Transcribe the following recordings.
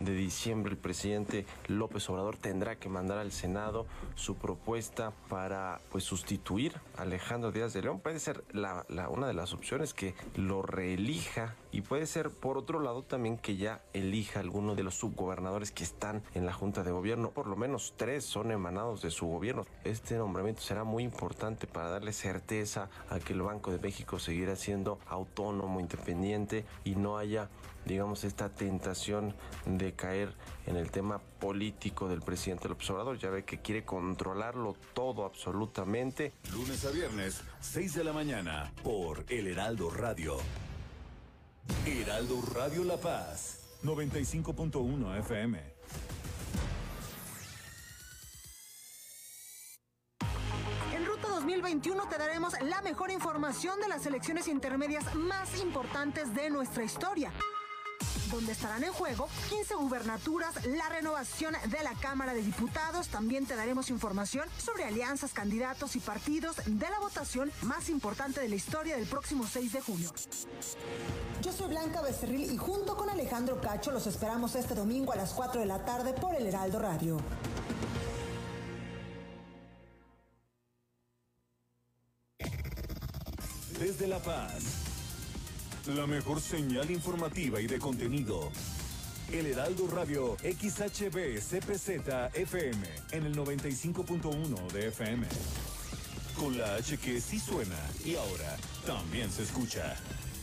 de diciembre el presidente López Obrador tendrá que mandar al Senado su propuesta para sustituir a Alejandro Díaz de León. Puede ser una de las opciones que lo reelija, y puede ser por otro lado también que ya elija alguno de los subgobernadores que están en la Junta de Gobierno. Por lo menos 3 son emanados de su gobierno. Este nombramiento será muy importante para darle certeza a que el Banco de México seguirá siendo autónomo, independiente, y no haya, digamos, esta tentación de caer en el tema político del presidente López Obrador. Ya ve que quiere controlarlo todo absolutamente. Lunes a viernes, 6 de la mañana, por El Heraldo Radio. Heraldo Radio La Paz, 95.1 FM. En Ruta 2021 te daremos la mejor información de las elecciones intermedias más importantes de nuestra historia, donde estarán en juego 15 gubernaturas, la renovación de la Cámara de Diputados. También te daremos información sobre alianzas, candidatos y partidos de la votación más importante de la historia del próximo 6 de junio. Yo soy Blanca Becerril y junto con Alejandro Cacho los esperamos este domingo a las 4 de la tarde por El Heraldo Radio. Desde La Paz, la mejor señal informativa y de contenido. El Heraldo Radio XHB CPZ FM en el 95.1 de FM. Con la H que sí suena y ahora también se escucha.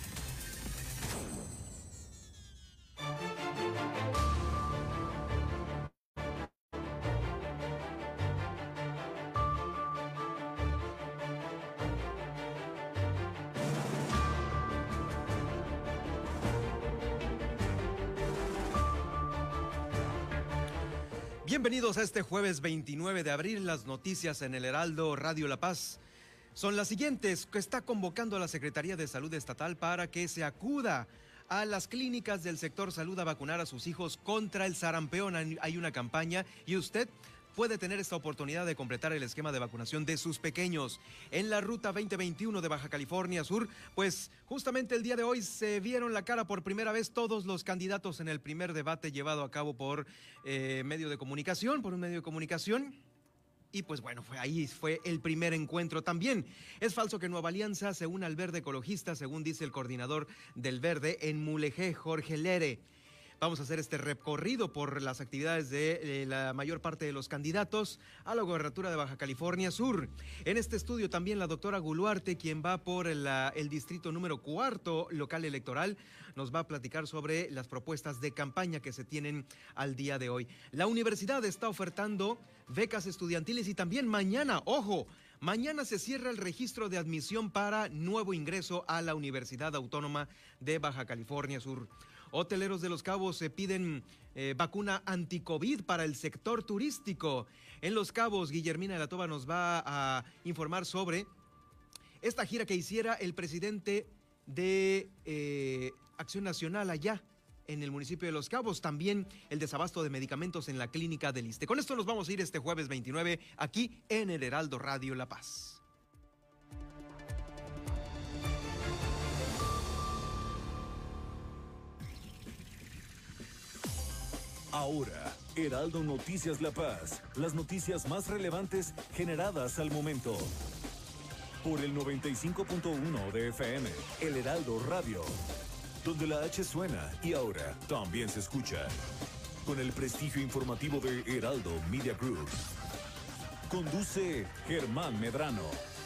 Bienvenidos a este jueves 29 de abril. Las noticias en el Heraldo Radio La Paz son las siguientes, que está convocando a la Secretaría de Salud Estatal para que se acuda a las clínicas del sector salud a vacunar a sus hijos contra el sarampión. Hay una campaña y usted puede tener esta oportunidad de completar el esquema de vacunación de sus pequeños. En la Ruta 2021 de Baja California Sur, pues justamente el día de hoy se vieron la cara por primera vez todos los candidatos en el primer debate llevado a cabo por un medio de comunicación. Y pues bueno, ahí fue el primer encuentro. También es falso que Nueva Alianza se una al Verde Ecologista, según dice el coordinador del Verde en Mulegé, Jorge Lere. Vamos a hacer este recorrido por las actividades de la mayor parte de los candidatos a la gobernatura de Baja California Sur. En este estudio también la doctora Guluarte, quien va por el distrito número 4 local electoral, nos va a platicar sobre las propuestas de campaña que se tienen al día de hoy. La universidad está ofertando becas estudiantiles y también mañana, ¡ojo!, mañana se cierra el registro de admisión para nuevo ingreso a la Universidad Autónoma de Baja California Sur. Hoteleros de Los Cabos se piden vacuna anti-COVID para el sector turístico. En Los Cabos, Guillermina de la Toba nos va a informar sobre esta gira que hiciera el presidente de Acción Nacional allá en el municipio de Los Cabos. También el desabasto de medicamentos en la clínica del ISSSTE. Con esto nos vamos a ir este jueves 29 aquí en el Heraldo Radio La Paz. Ahora, Heraldo Noticias La Paz, las noticias más relevantes generadas al momento. Por el 95.1 de FM, El Heraldo Radio, donde la H suena y ahora también se escucha. Con el prestigio informativo de Heraldo Media Group. Conduce Germán Medrano.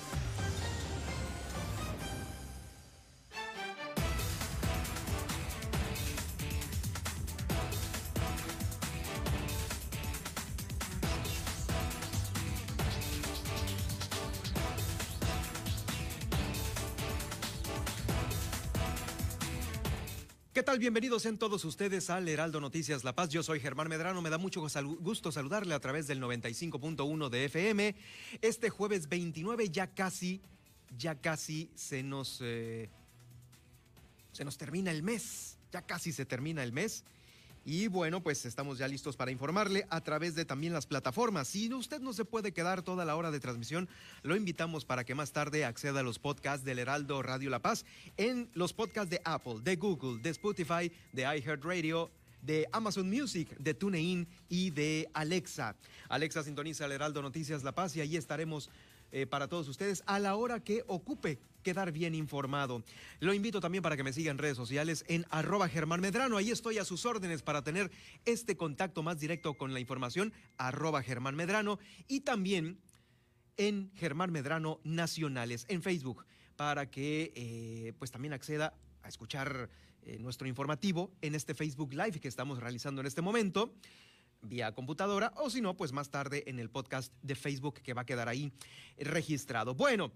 ¿Qué tal? Bienvenidos sean todos ustedes al Heraldo Noticias La Paz. Yo soy Germán Medrano, me da mucho gusto saludarle a través del 95.1 de FM. Este jueves 29 ya casi se nos termina el mes, ya casi se termina el mes. Y bueno, pues estamos ya listos para informarle a través de también las plataformas. Si usted no se puede quedar toda la hora de transmisión, lo invitamos para que más tarde acceda a los podcasts del Heraldo Radio La Paz en los podcasts de Apple, de Google, de Spotify, de iHeartRadio, de Amazon Music, de TuneIn y de Alexa. Alexa sintoniza el Heraldo Noticias La Paz y ahí estaremos para todos ustedes a la hora que ocupe quedar bien informado. Lo invito también para que me siga en redes sociales en @GermánMedrano. Ahí estoy a sus órdenes para tener este contacto más directo con la información, @GermánMedrano, y también en Germán Medrano Nacionales en Facebook, para que pues también acceda a escuchar nuestro informativo en este Facebook Live que estamos realizando en este momento, vía computadora, o si no, pues más tarde en el podcast de Facebook que va a quedar ahí registrado. Bueno,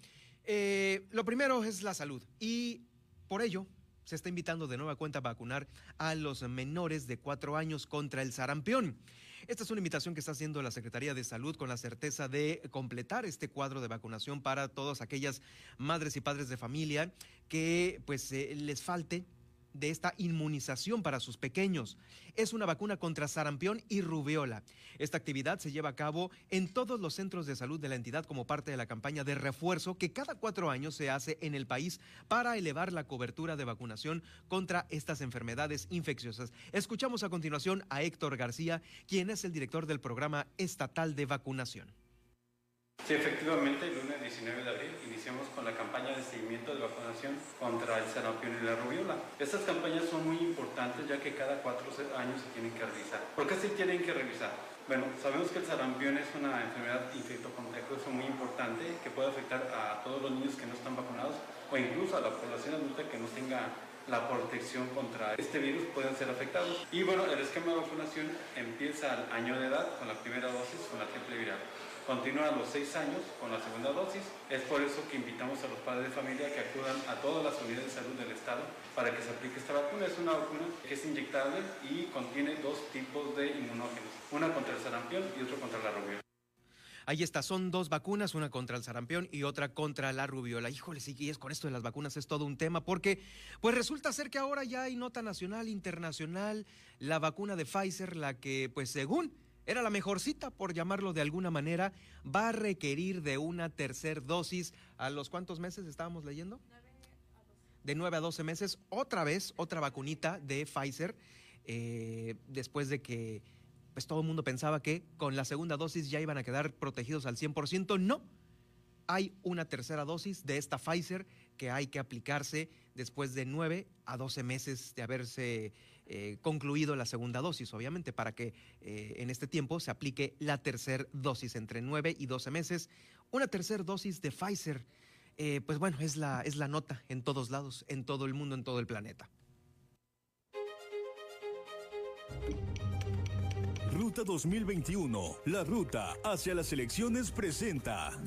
lo primero es la salud y por ello se está invitando de nueva cuenta a vacunar a los menores de 4 años contra el sarampión. Esta es una invitación que está haciendo la Secretaría de Salud con la certeza de completar este cuadro de vacunación para todas aquellas madres y padres de familia que pues les falte de esta inmunización para sus pequeños. Es una vacuna contra sarampión y rubiola. Esta actividad se lleva a cabo en todos los centros de salud de la entidad como parte de la campaña de refuerzo que cada 4 años se hace en el país para elevar la cobertura de vacunación contra estas enfermedades infecciosas. Escuchamos a continuación a Héctor García, quien es el director del programa estatal de vacunación. Sí, efectivamente, el lunes 19 de abril iniciamos con la campaña de seguimiento de vacunación contra el sarampión y la rubiola. Estas campañas son muy importantes ya que cada 4 años se tienen que realizar. ¿Por qué se tienen que realizar? Bueno, sabemos que el sarampión es una enfermedad infectocontagiosa muy importante que puede afectar a todos los niños que no están vacunados o incluso a la población adulta que no tenga la protección contra este virus, pueden ser afectados. Y bueno, el esquema de vacunación empieza al año de edad con la primera dosis con la triple viral. Continúa a los 6 años con la segunda dosis. Es por eso que invitamos a los padres de familia que acudan a todas las unidades de salud del estado para que se aplique esta vacuna. Es una vacuna que es inyectable y contiene 2 tipos de inmunógenos, una contra el sarampión y otra contra la rubiola. Ahí está, son 2 vacunas, una contra el sarampión y otra contra la rubiola. Híjole, sí, y es con esto de las vacunas es todo un tema porque pues resulta ser que ahora ya hay nota nacional, internacional, la vacuna de Pfizer, la que pues según era la mejorcita, por llamarlo de alguna manera, va a requerir de una tercera dosis. ¿A los cuántos meses estábamos leyendo? 9 a 12. De 9 a 12 meses, otra vez, otra vacunita de Pfizer, después de que pues todo el mundo pensaba que con la segunda dosis ya iban a quedar protegidos al 100%. No, hay una tercera dosis de esta Pfizer que hay que aplicarse después de 9 a 12 meses de haberse concluido la segunda dosis, obviamente, para que en este tiempo se aplique la tercera dosis entre 9 y 12 meses. Una tercera dosis de Pfizer, pues bueno, es la nota en todos lados, en todo el mundo, en todo el planeta. Ruta 2021, la ruta hacia las elecciones presenta.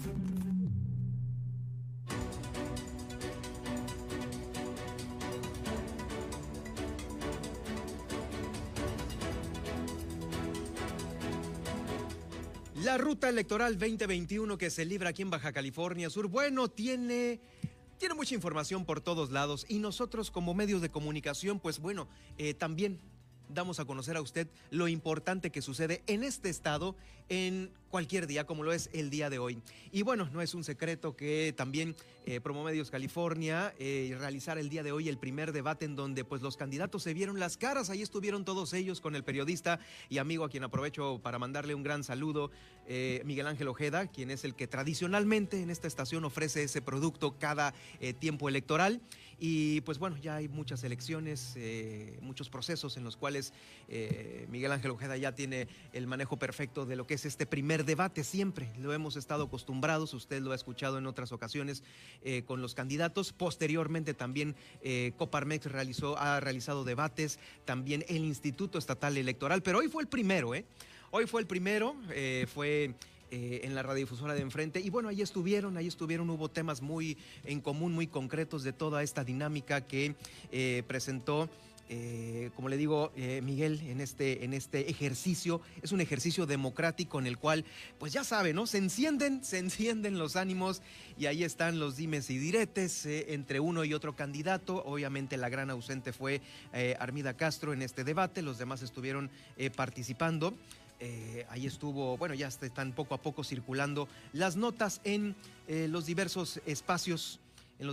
La ruta electoral 2021 que se libra aquí en Baja California Sur, bueno, tiene mucha información por todos lados y nosotros como medios de comunicación, pues bueno, también damos a conocer a usted lo importante que sucede en este estado en cualquier día, como lo es el día de hoy. Y bueno, no es un secreto que también Promomedios California realizara el día de hoy el primer debate en donde pues los candidatos se vieron las caras. Ahí estuvieron todos ellos con el periodista y amigo a quien aprovecho para mandarle un gran saludo, Miguel Ángel Ojeda, quien es el que tradicionalmente en esta estación ofrece ese producto cada tiempo electoral. Y pues bueno, ya hay muchas elecciones, muchos procesos en los cuales Miguel Ángel Ojeda ya tiene el manejo perfecto de lo que es este primer debate. Siempre lo hemos estado acostumbrados, usted lo ha escuchado en otras ocasiones con los candidatos. Posteriormente también Coparmex ha realizado debates, también el Instituto Estatal Electoral, pero hoy fue el primero, Hoy fue el primero, fue en la radiodifusora de enfrente y bueno, ahí estuvieron, hubo temas muy en común, muy concretos de toda esta dinámica que presentó como le digo, Miguel, en este ejercicio. Es un ejercicio democrático en el cual, pues ya sabe, ¿no? Se encienden los ánimos y ahí están los dimes y diretes entre uno y otro candidato. Obviamente la gran ausente fue Armida Castro en este debate, los demás estuvieron participando. Ahí estuvo, bueno, ya están poco a poco circulando las notas en los diversos espacios,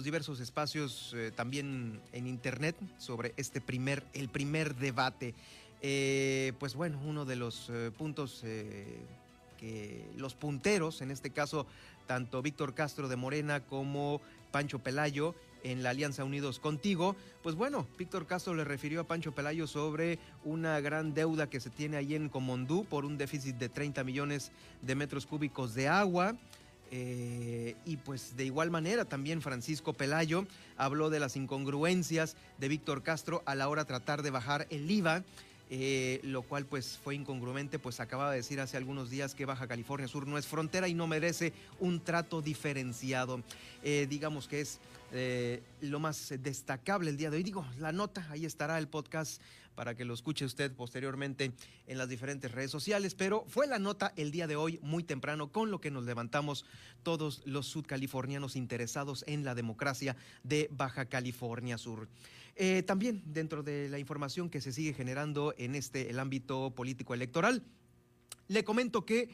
también en internet sobre el primer debate. pues bueno, uno de los puntos que los punteros, en este caso tanto Víctor Castro de Morena como Pancho Pelayo en la Alianza Unidos Contigo, pues bueno, Víctor Castro le refirió a Pancho Pelayo sobre una gran deuda que se tiene ahí en Comondú por un déficit de 30 millones de metros cúbicos de agua. Y pues de igual manera también Francisco Pelayo habló de las incongruencias de Víctor Castro a la hora de tratar de bajar el IVA, lo cual pues fue incongruente, pues acababa de decir hace algunos días que Baja California Sur no es frontera y no merece un trato diferenciado. Digamos que es lo más destacable el día de hoy. Digo, la nota, ahí estará el podcast para que lo escuche usted posteriormente en las diferentes redes sociales, pero fue la nota el día de hoy muy temprano, con lo que nos levantamos todos los sudcalifornianos interesados en la democracia de Baja California Sur. También dentro de la información que se sigue generando en el ámbito político electoral, le comento que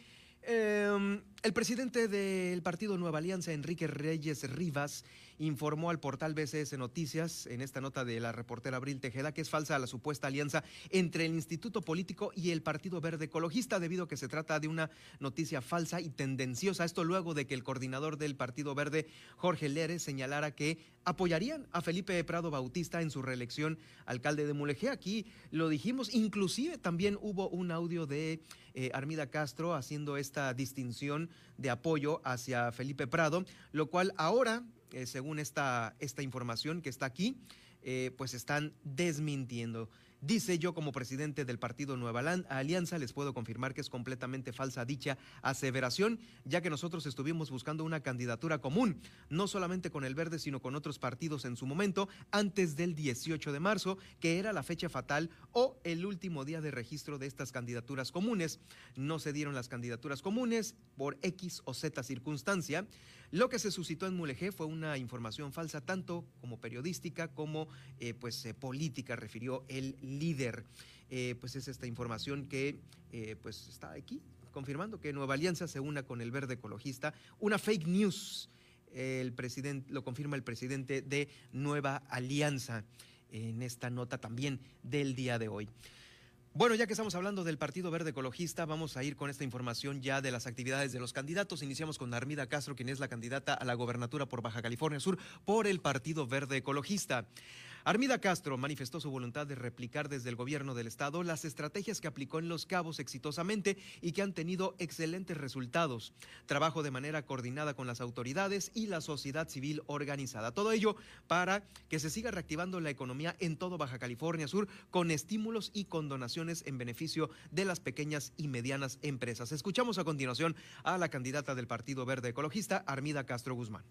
el presidente del partido Nueva Alianza, Enrique Reyes Rivas, informó al portal BCS Noticias, en esta nota de la reportera Abril Tejeda, que es falsa la supuesta alianza entre el Instituto Político y el Partido Verde Ecologista, debido a que se trata de una noticia falsa y tendenciosa. Esto luego de que el coordinador del Partido Verde, Jorge Lere, señalara que apoyarían a Felipe Prado Bautista en su reelección alcalde de Mulegé. Aquí lo dijimos, inclusive también hubo un audio de Armida Castro haciendo esta distinción de apoyo hacia Felipe Prado, lo cual ahora, según esta información que está aquí, pues están desmintiendo. Dice: yo como presidente del partido Nueva Alianza les puedo confirmar que es completamente falsa dicha aseveración, ya que nosotros estuvimos buscando una candidatura común, no solamente con el Verde, sino con otros partidos en su momento, antes del 18 de marzo, que era la fecha fatal o el último día de registro de estas candidaturas comunes. No se dieron las candidaturas comunes por X o Z circunstancia. Lo que se suscitó en Mulegé fue una información falsa, tanto como periodística como política, refirió el líder. Pues es esta información que pues está aquí confirmando que Nueva Alianza se una con el Verde Ecologista, una fake news. Lo confirma el presidente de Nueva Alianza en esta nota también del día de hoy. Bueno, ya que estamos hablando del Partido Verde Ecologista, vamos a ir con esta información ya de las actividades de los candidatos. Iniciamos con Armida Castro, quien es la candidata a la gobernatura por Baja California Sur por el Partido Verde Ecologista. Armida Castro manifestó su voluntad de replicar desde el gobierno del estado las estrategias que aplicó en Los Cabos exitosamente y que han tenido excelentes resultados. Trabajo de manera coordinada con las autoridades y la sociedad civil organizada. Todo ello para que se siga reactivando la economía en todo Baja California Sur con estímulos y con donaciones en beneficio de las pequeñas y medianas empresas. Escuchamos a continuación a la candidata del Partido Verde Ecologista, Armida Castro Guzmán.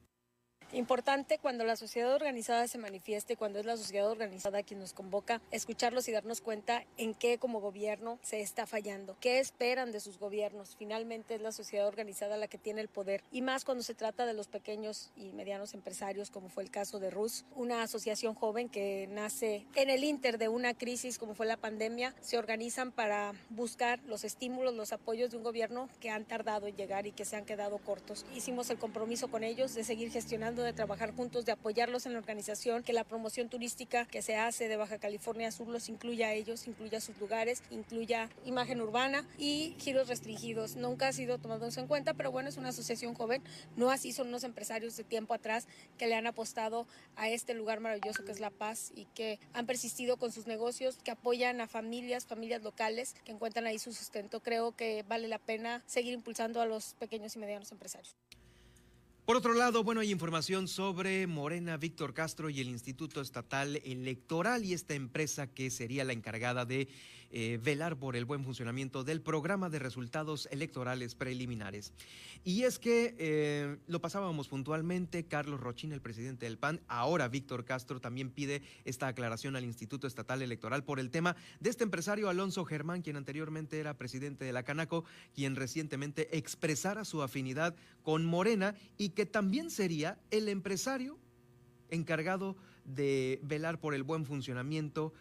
Importante cuando la sociedad organizada se manifieste, cuando es la sociedad organizada quien nos convoca, escucharlos y darnos cuenta en qué como gobierno se está fallando, qué esperan de sus gobiernos. Finalmente es la sociedad organizada la que tiene el poder, y más cuando se trata de los pequeños y medianos empresarios, como fue el caso de RUS, una asociación joven que nace en el ínter de una crisis como fue la pandemia. Se organizan para buscar los estímulos, los apoyos de un gobierno que han tardado en llegar y que se han quedado cortos. Hicimos el compromiso con ellos de seguir gestionando, de trabajar juntos, de apoyarlos en la organización, que la promoción turística que se hace de Baja California Sur los incluya a ellos, incluya sus lugares, incluya imagen urbana y giros restringidos. Nunca ha sido tomado en cuenta, pero bueno, es una asociación joven, no así son unos empresarios de tiempo atrás que le han apostado a este lugar maravilloso que es La Paz y que han persistido con sus negocios, que apoyan a familias locales que encuentran ahí su sustento. Creo que vale la pena seguir impulsando a los pequeños y medianos empresarios. Por otro lado, bueno, hay información sobre Morena, Víctor Castro y el Instituto Estatal Electoral y esta empresa que sería la encargada de velar por el buen funcionamiento del programa de resultados electorales preliminares. Y es que lo pasábamos puntualmente, Carlos Rochín, el presidente del PAN, ahora Víctor Castro también pide esta aclaración al Instituto Estatal Electoral por el tema de este empresario Alonso Germán, quien anteriormente era presidente de la Canaco, quien recientemente expresara su afinidad con Morena y que también sería el empresario encargado de velar por el buen funcionamiento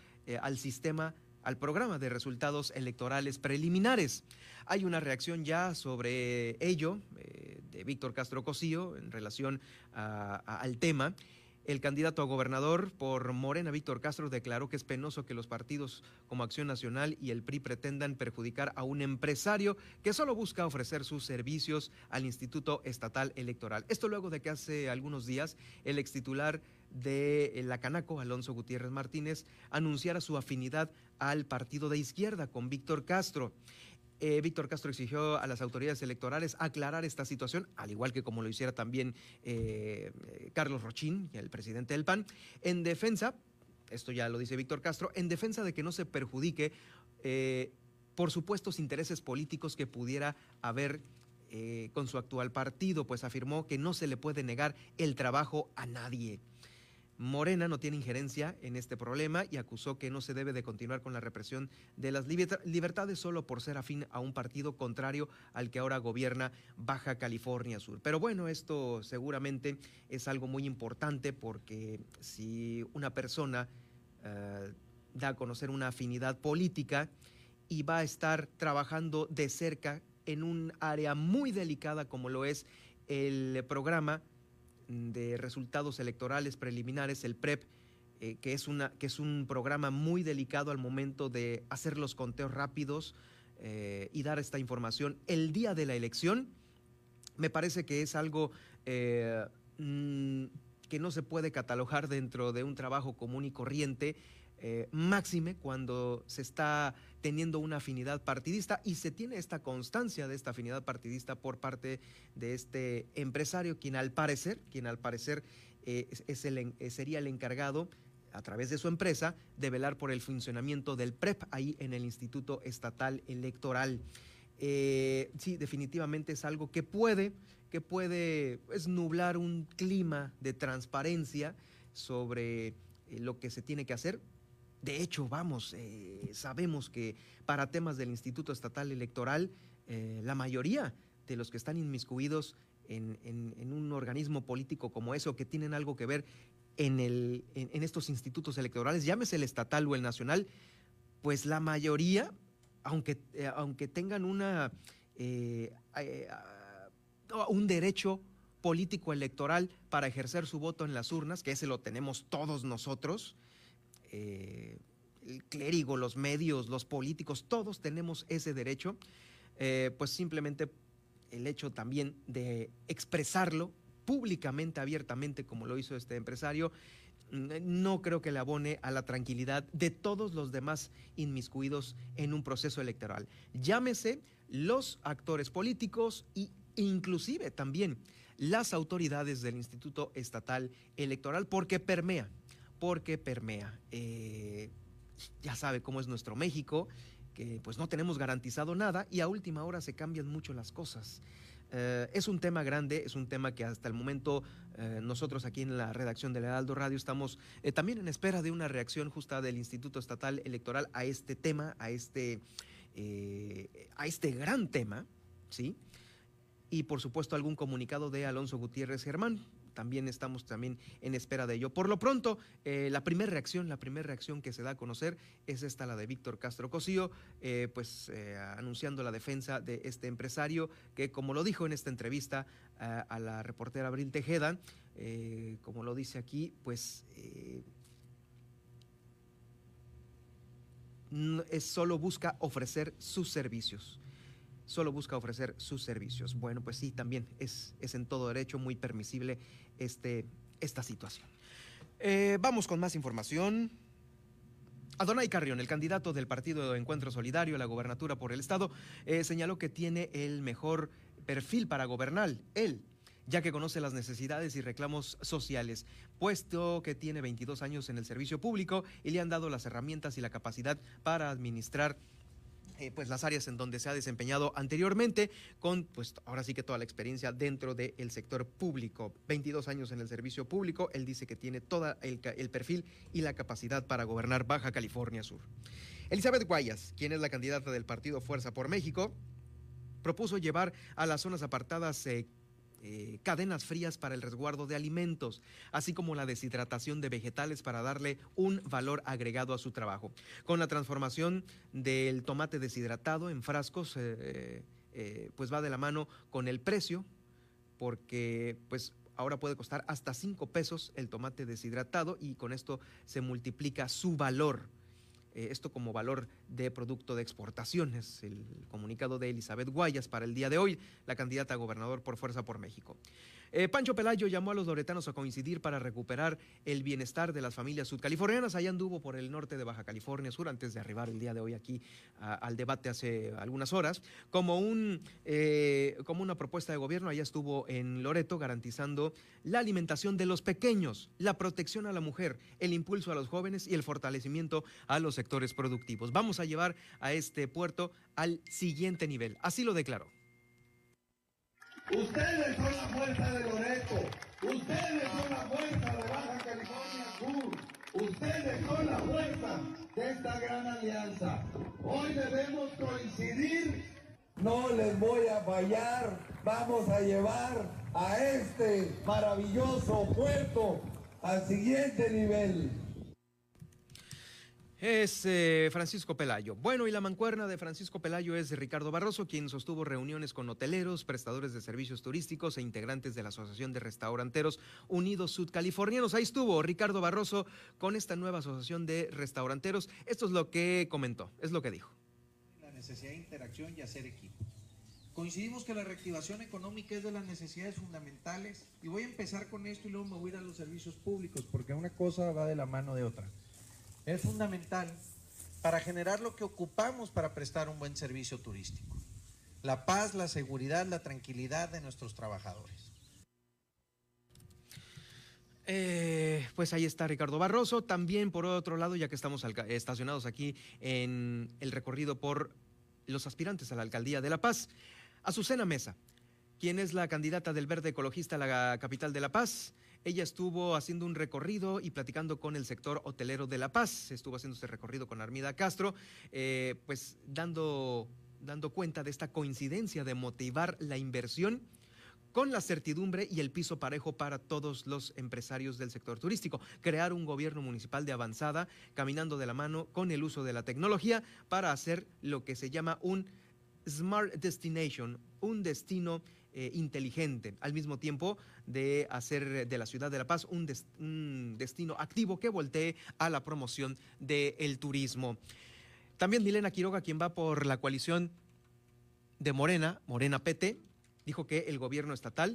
al programa de resultados electorales preliminares. Hay una reacción ya sobre ello de Víctor Castro Cosío en relación al tema. El candidato a gobernador por Morena, Víctor Castro, declaró que es penoso que los partidos como Acción Nacional y el PRI pretendan perjudicar a un empresario que solo busca ofrecer sus servicios al Instituto Estatal Electoral. Esto luego de que hace algunos días el extitular de la Canaco, Alonso Gutiérrez Martínez, anunciara su afinidad al partido de izquierda con Víctor Castro. Víctor Castro exigió a las autoridades electorales aclarar esta situación, al igual que como lo hiciera también Carlos Rochín, el presidente del PAN, en defensa, esto ya lo dice Víctor Castro, en defensa de que no se perjudique por supuestos intereses políticos que pudiera haber con su actual partido, pues afirmó que no se le puede negar el trabajo a nadie. Morena no tiene injerencia en este problema y acusó que no se debe de continuar con la represión de las libertades solo por ser afín a un partido contrario al que ahora gobierna Baja California Sur. Pero bueno, esto seguramente es algo muy importante porque si una persona da a conocer una afinidad política y va a estar trabajando de cerca en un área muy delicada como lo es el programa de resultados electorales preliminares, el PREP, que es un programa muy delicado al momento de hacer los conteos rápidos y dar esta información el día de la elección, me parece que es algo que no se puede catalogar dentro de un trabajo común y corriente, máxime cuando se está teniendo una afinidad partidista y se tiene esta constancia de esta afinidad partidista por parte de este empresario, quien al parecer sería el encargado a través de su empresa de velar por el funcionamiento del PREP ahí en el Instituto Estatal Electoral. Sí, definitivamente es algo que puede nublar un clima de transparencia sobre lo que se tiene que hacer. De hecho, sabemos que para temas del Instituto Estatal Electoral, la mayoría de los que están inmiscuidos en un organismo político como ese o que tienen algo que ver en estos institutos electorales, llámese el estatal o el nacional, pues la mayoría, aunque tengan un derecho político electoral para ejercer su voto en las urnas, que ese lo tenemos todos nosotros, el clérigo, los medios, los políticos, todos tenemos ese derecho, pues simplemente el hecho también de expresarlo públicamente, abiertamente, como lo hizo este empresario, no creo que le abone a la tranquilidad de todos los demás inmiscuidos en un proceso electoral. Llámese los actores políticos e inclusive también las autoridades del Instituto Estatal Electoral, porque permea. Ya sabe cómo es nuestro México, que pues no tenemos garantizado nada y a última hora se cambian mucho las cosas. Es un tema grande, es un tema que hasta el momento nosotros aquí en la redacción del Heraldo Radio estamos también en espera de una reacción justa del Instituto Estatal Electoral a este tema, a este gran tema, ¿sí? Y por supuesto algún comunicado de Alonso Gutiérrez Germán. También estamos en espera de ello. Por lo pronto, la primera reacción que se da a conocer es esta, la de Víctor Castro Cosío, anunciando la defensa de este empresario que, como lo dijo en esta entrevista a la reportera Abril Tejeda, como lo dice aquí, pues solo busca ofrecer sus servicios. Bueno, pues sí, también es en todo derecho muy permisible esta situación. Vamos con más información. Adonay Carrión, el candidato del Partido de Encuentro Solidario a la gobernatura por el Estado, señaló que tiene el mejor perfil para gobernar, él, ya que conoce las necesidades y reclamos sociales, puesto que tiene 22 años en el servicio público y le han dado las herramientas y la capacidad para administrar pues las áreas en donde se ha desempeñado anteriormente, con pues ahora sí que toda la experiencia dentro del sector público. 22 años en el servicio público, él dice que tiene todo el perfil y la capacidad para gobernar Baja California Sur. Elizabeth Guayas, quien es la candidata del partido Fuerza por México, propuso llevar a las zonas apartadas cadenas frías para el resguardo de alimentos, así como la deshidratación de vegetales para darle un valor agregado a su trabajo. Con la transformación del tomate deshidratado en frascos, pues va de la mano con el precio, porque pues ahora puede costar hasta 5 pesos el tomate deshidratado y con esto se multiplica su valor. Esto como valor de producto de exportación. Es el comunicado de Elizabeth Guayas para el día de hoy, la candidata a gobernador por Fuerza por México. Pancho Pelayo llamó a los loretanos a coincidir para recuperar el bienestar de las familias sudcalifornianas. Allá anduvo por el norte de Baja California Sur antes de arribar el día de hoy aquí al debate hace algunas horas. Como una propuesta de gobierno, allá estuvo en Loreto garantizando la alimentación de los pequeños, la protección a la mujer, el impulso a los jóvenes y el fortalecimiento a los sectores productivos. Vamos a llevar a este puerto al siguiente nivel. Así lo declaró. Ustedes son la fuerza de Loreto, ustedes son la fuerza de Baja California Sur, ustedes son la fuerza de esta gran alianza. Hoy debemos coincidir, no les voy a fallar, vamos a llevar a este maravilloso puerto al siguiente nivel. Es Francisco Pelayo. Bueno, y la mancuerna de Francisco Pelayo es Ricardo Barroso, quien sostuvo reuniones con hoteleros, prestadores de servicios turísticos e integrantes de la Asociación de Restauranteros Unidos Sudcalifornianos. Ahí estuvo Ricardo Barroso con esta nueva asociación de restauranteros. Esto es lo que comentó, es lo que dijo. La necesidad de interacción y hacer equipo. Coincidimos que la reactivación económica es de las necesidades fundamentales y voy a empezar con esto y luego me voy a ir a los servicios públicos porque una cosa va de la mano de otra. Es fundamental para generar lo que ocupamos para prestar un buen servicio turístico. La paz, la seguridad, la tranquilidad de nuestros trabajadores. Pues ahí está Ricardo Barroso. También por otro lado, ya que estamos estacionados aquí en el recorrido por los aspirantes a la alcaldía de La Paz, Azucena Meza, quien es la candidata del Verde Ecologista a la capital de La Paz. Ella estuvo haciendo un recorrido y platicando con el sector hotelero de La Paz. Estuvo haciendo ese recorrido con Armida Castro, pues dando cuenta de esta coincidencia de motivar la inversión con la certidumbre y el piso parejo para todos los empresarios del sector turístico. Crear un gobierno municipal de avanzada, caminando de la mano con el uso de la tecnología para hacer lo que se llama un Smart Destination, un destino inteligente, al mismo tiempo de hacer de la ciudad de La Paz un destino activo que voltee a la promoción del turismo. También Milena Quiroga, quien va por la coalición de Morena PT, dijo que el gobierno estatal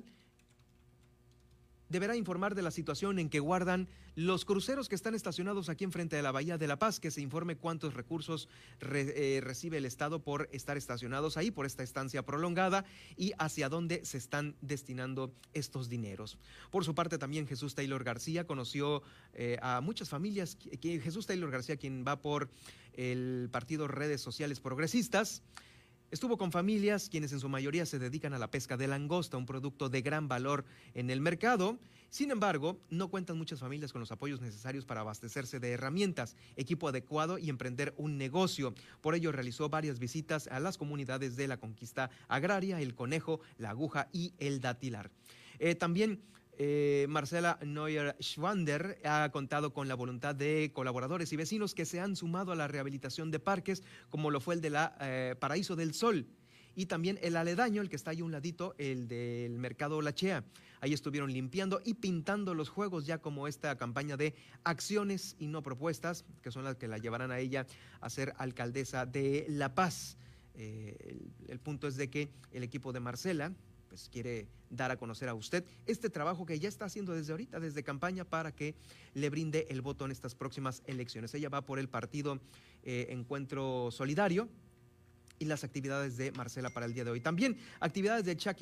deberá informar de la situación en que guardan los cruceros que están estacionados aquí enfrente de la Bahía de La Paz, que se informe cuántos recursos recibe el Estado por estar estacionados ahí, por esta estancia prolongada y hacia dónde se están destinando estos dineros. Por su parte, también Jesús Taylor García conoció a muchas familias. Jesús Taylor García, quien va por el partido Redes Sociales Progresistas, estuvo con familias quienes en su mayoría se dedican a la pesca de langosta, un producto de gran valor en el mercado. Sin embargo, no cuentan muchas familias con los apoyos necesarios para abastecerse de herramientas, equipo adecuado y emprender un negocio. Por ello, realizó varias visitas a las comunidades de La Conquista Agraria, El Conejo, La Aguja y El Datilar. También Marcela Neuer-Schwander ha contado con la voluntad de colaboradores y vecinos que se han sumado a la rehabilitación de parques, como lo fue el de la Paraíso del Sol, y también el aledaño, el que está ahí a un ladito, el del Mercado La Chea. Ahí estuvieron limpiando y pintando los juegos, ya como esta campaña de acciones y no propuestas, que son las que la llevarán a ella a ser alcaldesa de La Paz. El punto es de que el equipo de Marcela pues quiere dar a conocer a usted este trabajo que ya está haciendo desde ahorita, desde campaña, para que le brinde el voto en estas próximas elecciones. Ella va por el partido Encuentro Solidario y las actividades de Marcela para el día de hoy. También actividades de Chucky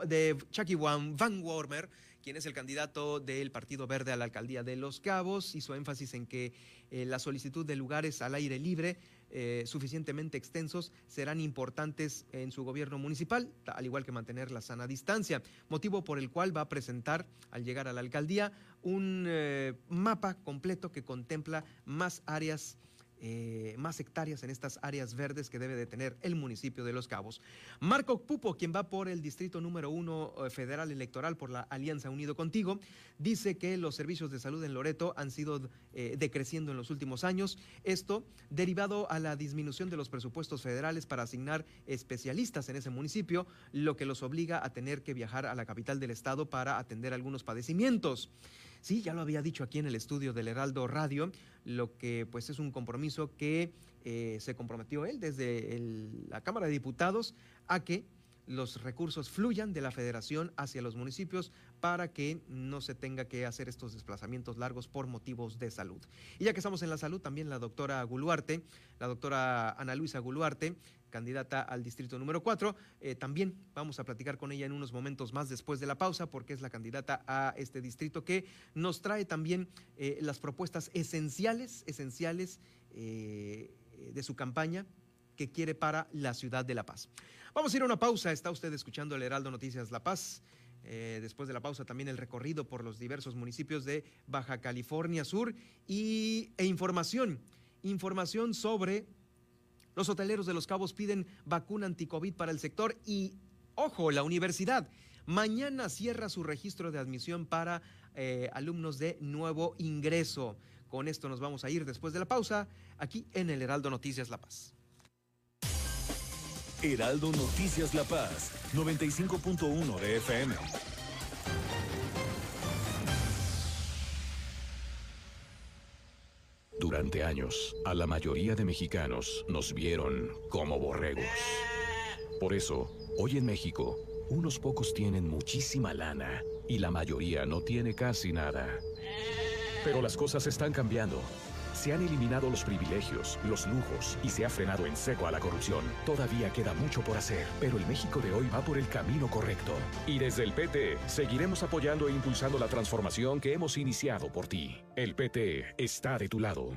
Van Wormer, quien es el candidato del Partido Verde a la alcaldía de Los Cabos. Hizo énfasis en que la solicitud de lugares al aire libre suficientemente extensos serán importantes en su gobierno municipal, al igual que mantener la sana distancia, motivo por el cual va a presentar al llegar a la alcaldía un mapa completo que contempla más áreas más hectáreas en estas áreas verdes que debe de tener el municipio de Los Cabos. Marco Pupo, quien va por el distrito número 1 federal electoral por la Alianza Unido Contigo, dice que los servicios de salud en Loreto han sido decreciendo en los últimos años. Esto derivado a la disminución de los presupuestos federales para asignar especialistas en ese municipio, lo que los obliga a tener que viajar a la capital del estado para atender algunos padecimientos. Sí, ya lo había dicho aquí en el estudio del Heraldo Radio, lo que pues es un compromiso que se comprometió él desde la Cámara de Diputados a que los recursos fluyan de la federación hacia los municipios para que no se tenga que hacer estos desplazamientos largos por motivos de salud. Y ya que estamos en la salud, también la doctora Ana Luisa Guluarte, candidata al distrito número 4, también vamos a platicar con ella en unos momentos más después de la pausa, porque es la candidata a este distrito que nos trae también las propuestas esenciales de su campaña que quiere para la ciudad de La Paz. Vamos a ir a una pausa. Está usted escuchando el Heraldo Noticias La Paz. Después de la pausa también el recorrido por los diversos municipios de Baja California Sur e información sobre los hoteleros de Los Cabos piden vacuna anticovid para el sector y, ojo, la universidad mañana cierra su registro de admisión para alumnos de nuevo ingreso. Con esto nos vamos a ir después de la pausa aquí en el Heraldo Noticias La Paz. Heraldo Noticias La Paz, 95.1 de FM. Durante años, a la mayoría de mexicanos nos vieron como borregos. Por eso, hoy en México, unos pocos tienen muchísima lana y la mayoría no tiene casi nada. Pero las cosas están cambiando. Se han eliminado los privilegios, los lujos y se ha frenado en seco a la corrupción. Todavía queda mucho por hacer, pero el México de hoy va por el camino correcto. Y desde el PT seguiremos apoyando e impulsando la transformación que hemos iniciado por ti. El PT está de tu lado.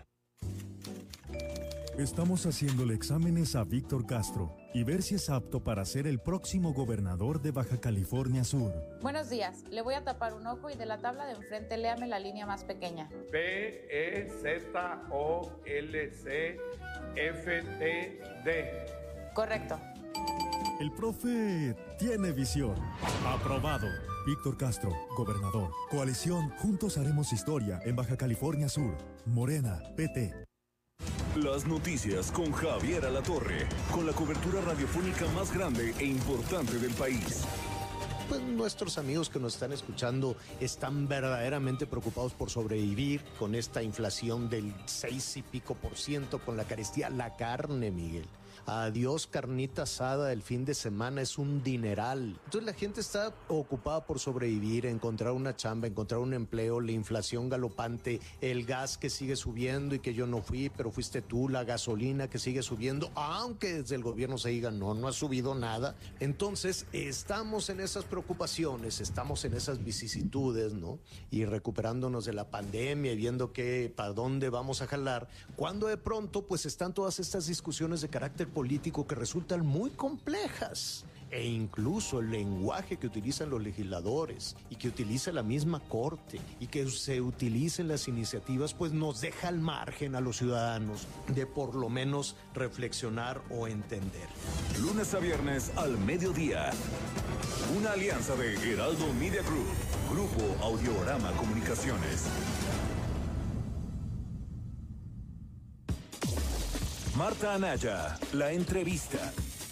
Estamos haciéndole exámenes a Víctor Castro y ver si es apto para ser el próximo gobernador de Baja California Sur. Buenos días, le voy a tapar un ojo y de la tabla de enfrente léame la línea más pequeña. PEZOLCFTD. Correcto. El profe tiene visión. Aprobado. Víctor Castro, gobernador. Coalición Juntos Haremos Historia en Baja California Sur. Morena, PT. Las noticias con Javier Alatorre, con la cobertura radiofónica más grande e importante del país. Pues nuestros amigos que nos están escuchando están verdaderamente preocupados por sobrevivir con esta inflación del 6 y pico %, con la carestía. La carne, Miguel. Adiós carnita asada el fin de semana, es un dineral. Entonces la gente está ocupada por sobrevivir, encontrar una chamba, encontrar un empleo, la inflación galopante, el gas que sigue subiendo y que yo no fui, pero fuiste tú, la gasolina que sigue subiendo, aunque desde el gobierno se diga no ha subido nada. Entonces estamos en esas preocupaciones, estamos en esas vicisitudes, ¿no? Y recuperándonos de la pandemia y viendo para dónde vamos a jalar, cuando de pronto pues están todas estas discusiones de carácter político que resultan muy complejas, e incluso el lenguaje que utilizan los legisladores y que utiliza la misma Corte y que se utilicen las iniciativas, pues nos deja al margen a los ciudadanos de por lo menos reflexionar o entender. Lunes a viernes al mediodía. Una alianza de Heraldo Media Group, Grupo Audiorama Comunicaciones. Marta Anaya, la entrevista.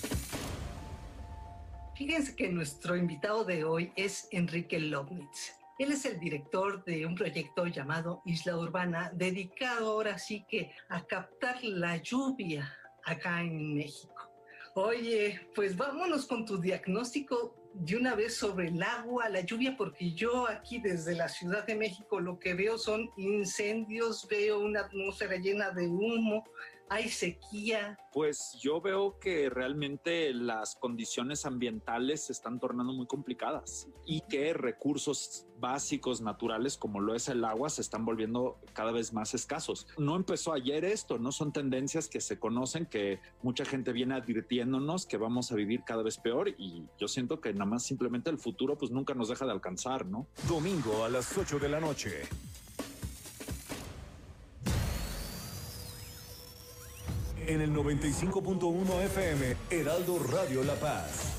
Fíjense que nuestro invitado de hoy es Enrique Lobnitz. Él es el director de un proyecto llamado Isla Urbana, dedicado ahora sí que a captar la lluvia acá en México. Oye, pues vámonos con tu diagnóstico de una vez sobre el agua, la lluvia, porque yo aquí desde la Ciudad de México lo que veo son incendios, veo una atmósfera llena de humo, hay sequía. Pues yo veo que realmente las condiciones ambientales se están tornando muy complicadas y que recursos básicos naturales como lo es el agua se están volviendo cada vez más escasos. No empezó ayer esto, no son tendencias que se conocen, que mucha gente viene advirtiéndonos que vamos a vivir cada vez peor, y yo siento que nada más simplemente el futuro pues nunca nos deja de alcanzar, ¿no? Domingo a las 8 de la noche. en el 95.1 FM, Heraldo Radio La Paz.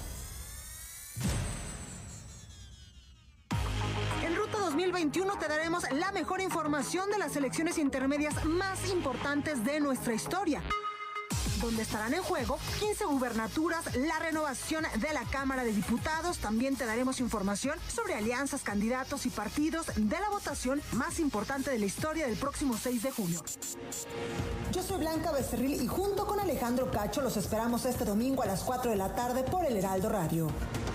En Ruta 2021 te daremos la mejor información de las elecciones intermedias más importantes de nuestra historia, donde estarán en juego 15 gubernaturas, la renovación de la Cámara de Diputados. También te daremos información sobre alianzas, candidatos y partidos de la votación más importante de la historia del próximo 6 de junio. Yo soy Blanca Becerril y junto con Alejandro Cacho los esperamos este domingo a las 4 de la tarde por el Heraldo Radio.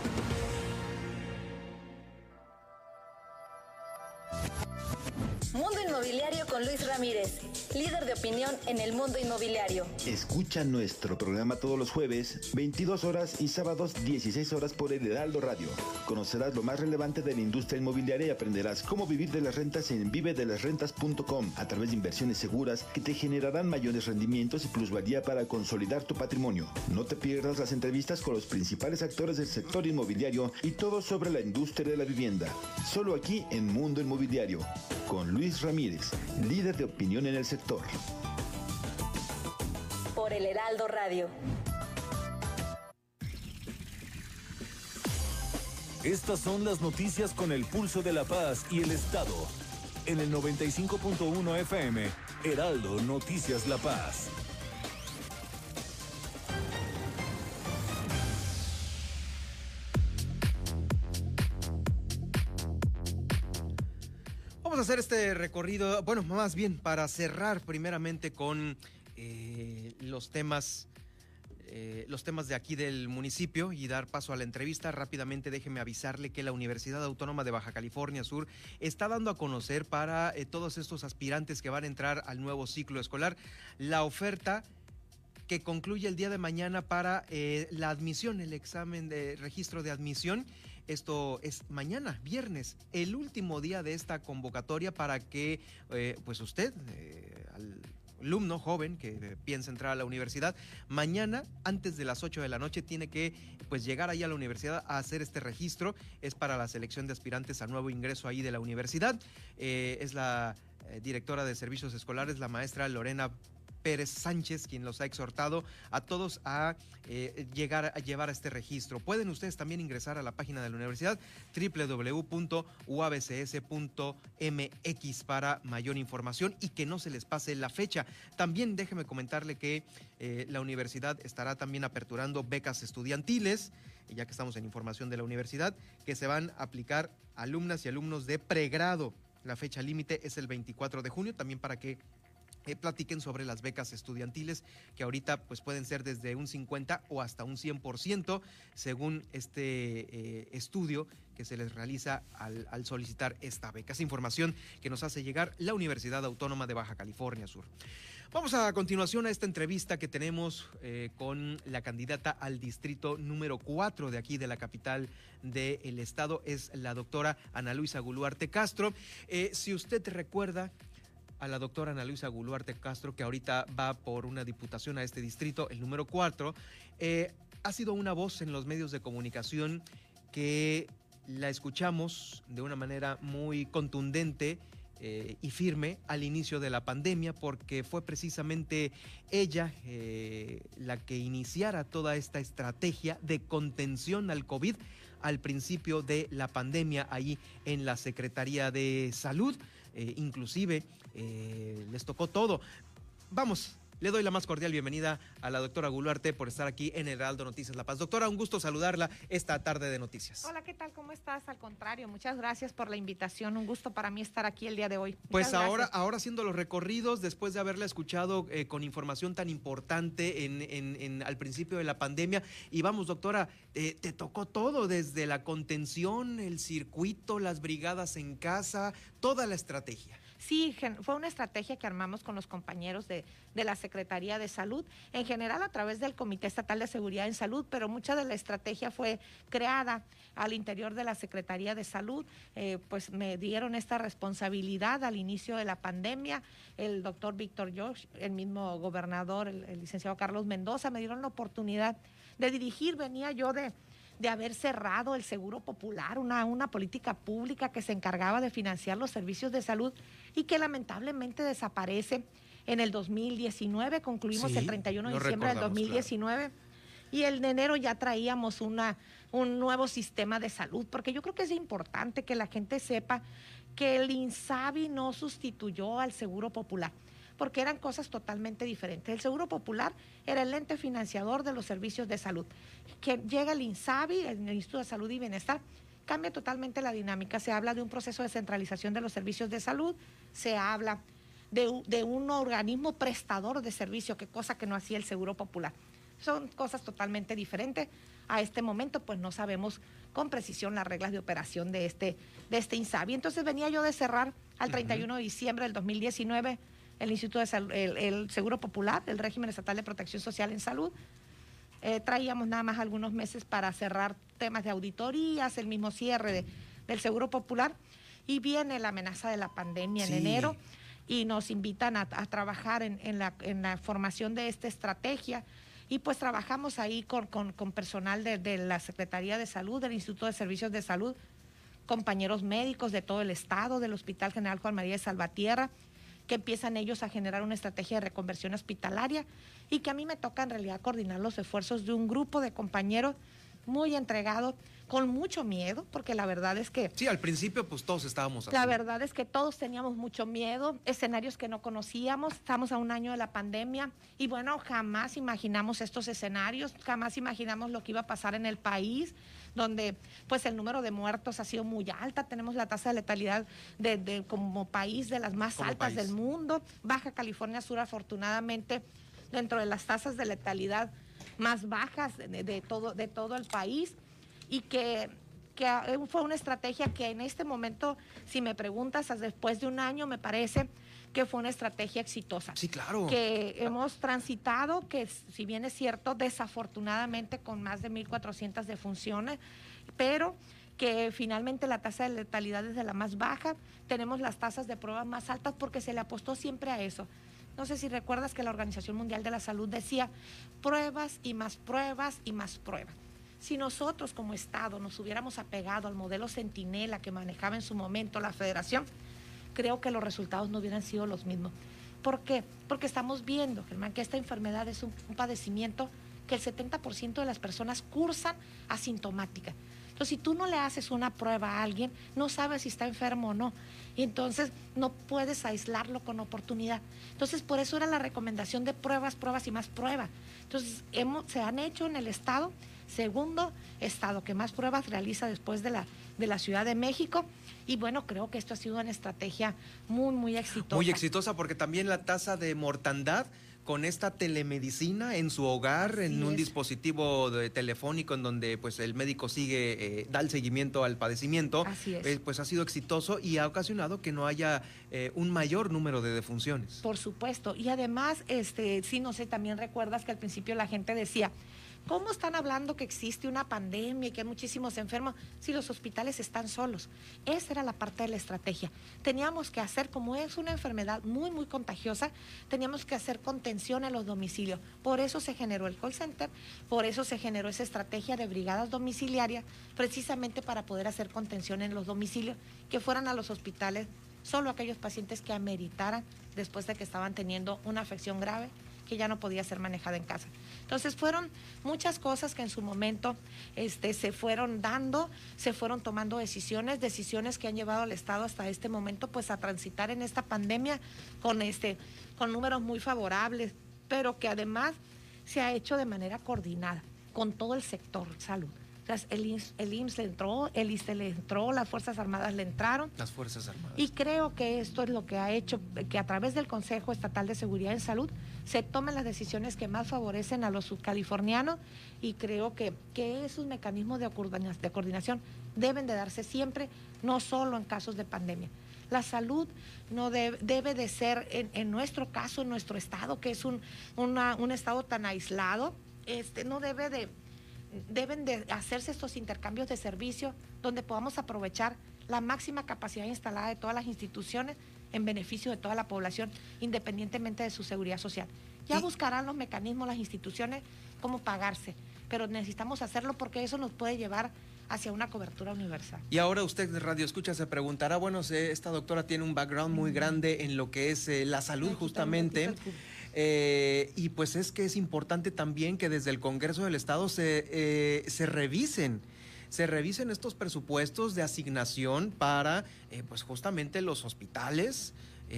Mundo Inmobiliario con Luis Ramírez, líder de opinión en el mundo inmobiliario. Escucha nuestro programa todos los jueves, 22 horas y sábados, 16 horas por el Heraldo Radio. Conocerás lo más relevante de la industria inmobiliaria y aprenderás cómo vivir de las rentas en vivedelasrentas.com a través de inversiones seguras que te generarán mayores rendimientos y plusvalía para consolidar tu patrimonio. No te pierdas las entrevistas con los principales actores del sector inmobiliario y todo sobre la industria de la vivienda. Solo aquí en Mundo Inmobiliario, con Luis Ramírez, líder de opinión en el sector. Por el Heraldo Radio. Estas son las noticias con el pulso de La Paz y el Estado. En el 95.1 FM, Heraldo Noticias La Paz. Vamos a hacer este recorrido, bueno, más bien para cerrar primeramente con los temas de aquí del municipio y dar paso a la entrevista. Rápidamente déjeme avisarle que la Universidad Autónoma de Baja California Sur está dando a conocer para todos estos aspirantes que van a entrar al nuevo ciclo escolar la oferta que concluye el día de mañana para la admisión, el examen de registro de admisión. Esto es mañana, viernes, el último día de esta convocatoria para que pues usted, alumno joven que piensa entrar a la universidad, mañana antes de las 8 de la noche tiene que pues llegar ahí a la universidad a hacer este registro. Es para la selección de aspirantes a nuevo ingreso ahí de la universidad. Es la directora de servicios escolares, la maestra Lorena Pérez Sánchez, quien los ha exhortado a todos a llevar a este registro. Pueden ustedes también ingresar a la página de la universidad www.uabcs.mx para mayor información y que no se les pase la fecha. También déjeme comentarle que la universidad estará también aperturando becas estudiantiles, ya que estamos en información de la universidad, que se van a aplicar a alumnas y alumnos de pregrado. La fecha límite es el 24 de junio, también para que platiquen sobre las becas estudiantiles, que ahorita pues pueden ser desde un 50 o hasta un 100%, según este estudio que se les realiza al solicitar esta beca. Es información que nos hace llegar la Universidad Autónoma de Baja California Sur. Vamos a continuación a esta entrevista que tenemos con la candidata al distrito número 4 de aquí de la capital del estado, es la doctora Ana Luisa Guluarte Castro. Si usted recuerda a la doctora Ana Luisa Guluarte Castro, que ahorita va por una diputación a este distrito, el número 4, ha sido una voz en los medios de comunicación que la escuchamos de una manera muy contundente y firme al inicio de la pandemia, porque fue precisamente ella la que iniciara toda esta estrategia de contención al COVID al principio de la pandemia ahí en la Secretaría de Salud. Inclusive les tocó todo. Vamos, le doy la más cordial bienvenida a la doctora Guluarte por estar aquí en Heraldo Noticias La Paz. Doctora, un gusto saludarla esta tarde de noticias. Hola, ¿qué tal? ¿Cómo estás? Al contrario, muchas gracias por la invitación. Un gusto para mí estar aquí el día de hoy. Pues ahora haciendo los recorridos, después de haberla escuchado con información tan importante al principio de la pandemia. Y vamos, doctora, te tocó todo, desde la contención, el circuito, las brigadas en casa, toda la estrategia. Sí, fue una estrategia que armamos con los compañeros de la Secretaría de Salud, en general a través del Comité Estatal de Seguridad en Salud, pero mucha de la estrategia fue creada al interior de la Secretaría de Salud. Pues me dieron esta responsabilidad al inicio de la pandemia. El doctor Víctor Josh, el mismo gobernador, el licenciado Carlos Mendoza, me dieron la oportunidad de dirigir. Venía yo de haber cerrado el Seguro Popular, una política pública que se encargaba de financiar los servicios de salud y que lamentablemente desaparece en el 2019, concluimos Sí, el 31 de lo diciembre del recordamos, 2019. Y en enero ya traíamos un nuevo sistema de salud, porque yo creo que es importante que la gente sepa que el INSABI no sustituyó al Seguro Popular, porque eran cosas totalmente diferentes. El Seguro Popular era el ente financiador de los servicios de salud. Que llega el INSABI, el Instituto de Salud y Bienestar, cambia totalmente la dinámica. Se habla de un proceso de centralización de los servicios de salud, se habla de un organismo prestador de servicio, que cosa que no hacía el Seguro Popular. Son cosas totalmente diferentes. A este momento, pues no sabemos con precisión las reglas de operación de este INSABI. Entonces venía yo de cerrar al 31 de diciembre del 2019 el Instituto de Salud, el Seguro Popular, el régimen estatal de protección social en salud. Traíamos nada más algunos meses para cerrar temas de auditorías, el mismo cierre del Seguro Popular, y viene la amenaza de la pandemia en enero y nos invitan a trabajar en la formación de esta estrategia. Y pues trabajamos ahí con personal de la Secretaría de Salud, del Instituto de Servicios de Salud, compañeros médicos de todo el estado, del Hospital General Juan María de Salvatierra, que empiezan ellos a generar una estrategia de reconversión hospitalaria, y que a mí me toca en realidad coordinar los esfuerzos de un grupo de compañeros muy entregados, con mucho miedo, porque la verdad es que... Sí, al principio pues todos estábamos así. La verdad es que todos teníamos mucho miedo, escenarios que no conocíamos, estamos a un año de la pandemia, y bueno, jamás imaginamos estos escenarios, jamás imaginamos lo que iba a pasar en el país, donde pues el número de muertos ha sido muy alta, tenemos la tasa de letalidad como país de las más altas del mundo. Baja California Sur, afortunadamente, dentro de las tasas de letalidad más bajas de todo el país, y que fue una estrategia que en este momento, si me preguntas, después de un año, me parece que fue una estrategia exitosa. Sí, claro. Que hemos transitado, que si bien es cierto, desafortunadamente con más de 1,400 defunciones, pero que finalmente la tasa de letalidad es de la más baja, tenemos las tasas de pruebas más altas porque se le apostó siempre a eso. No sé si recuerdas que la Organización Mundial de la Salud decía pruebas y más pruebas y más pruebas. Si nosotros como Estado nos hubiéramos apegado al modelo Centinela que manejaba en su momento la Federación, creo que los resultados no hubieran sido los mismos. ¿Por qué? Porque estamos viendo, Germán, que esta enfermedad es un padecimiento que el 70% de las personas cursan asintomática. Entonces, si tú no le haces una prueba a alguien, no sabes si está enfermo o no. Y entonces no puedes aislarlo con oportunidad. Entonces, por eso era la recomendación de pruebas, pruebas y más pruebas. Entonces, se han hecho en el Estado, segundo Estado que más pruebas realiza después de la Ciudad de México. Y bueno, creo que esto ha sido una estrategia muy, muy exitosa. Muy exitosa, porque también la tasa de mortandad con esta telemedicina en su hogar, en un dispositivo telefónico en donde pues el médico da el seguimiento al padecimiento, pues ha sido exitoso y ha ocasionado que no haya un mayor número de defunciones. Por supuesto, y además, sí, no sé, también recuerdas que al principio la gente decía, ¿cómo están hablando que existe una pandemia y que hay muchísimos enfermos si los hospitales están solos? Esa era la parte de la estrategia. Teníamos que hacer, como es una enfermedad muy, muy contagiosa, teníamos que hacer contención en los domicilios. Por eso se generó el call center, por eso se generó esa estrategia de brigadas domiciliarias, precisamente para poder hacer contención en los domicilios, que fueran a los hospitales solo aquellos pacientes que ameritaran después de que estaban teniendo una afección grave que ya no podía ser manejada en casa. Entonces fueron muchas cosas que en su momento se fueron dando, se fueron tomando decisiones que han llevado al Estado hasta este momento pues a transitar en esta pandemia con números muy favorables, pero que además se ha hecho de manera coordinada con todo el sector salud. El IMSS le entró, el ISSSTE le entró, las Fuerzas Armadas le entraron. Las Fuerzas Armadas. Y creo que esto es lo que ha hecho que a través del Consejo Estatal de Seguridad en Salud se tomen las decisiones que más favorecen a los subcalifornianos, y creo que esos mecanismos de coordinación deben de darse siempre, no solo en casos de pandemia. La salud no debe de ser, en nuestro caso, en nuestro estado, que es un estado tan aislado, no deben de hacerse estos intercambios de servicios donde podamos aprovechar la máxima capacidad instalada de todas las instituciones en beneficio de toda la población, independientemente de su seguridad social. Ya buscarán los mecanismos, las instituciones, cómo pagarse, pero necesitamos hacerlo porque eso nos puede llevar hacia una cobertura universal. Y ahora usted de Radio Escucha se preguntará, bueno, esta doctora tiene un background muy grande en lo que es la salud justamente. Y pues es que es importante también que desde el Congreso del Estado se revisen estos presupuestos de asignación para pues justamente los hospitales,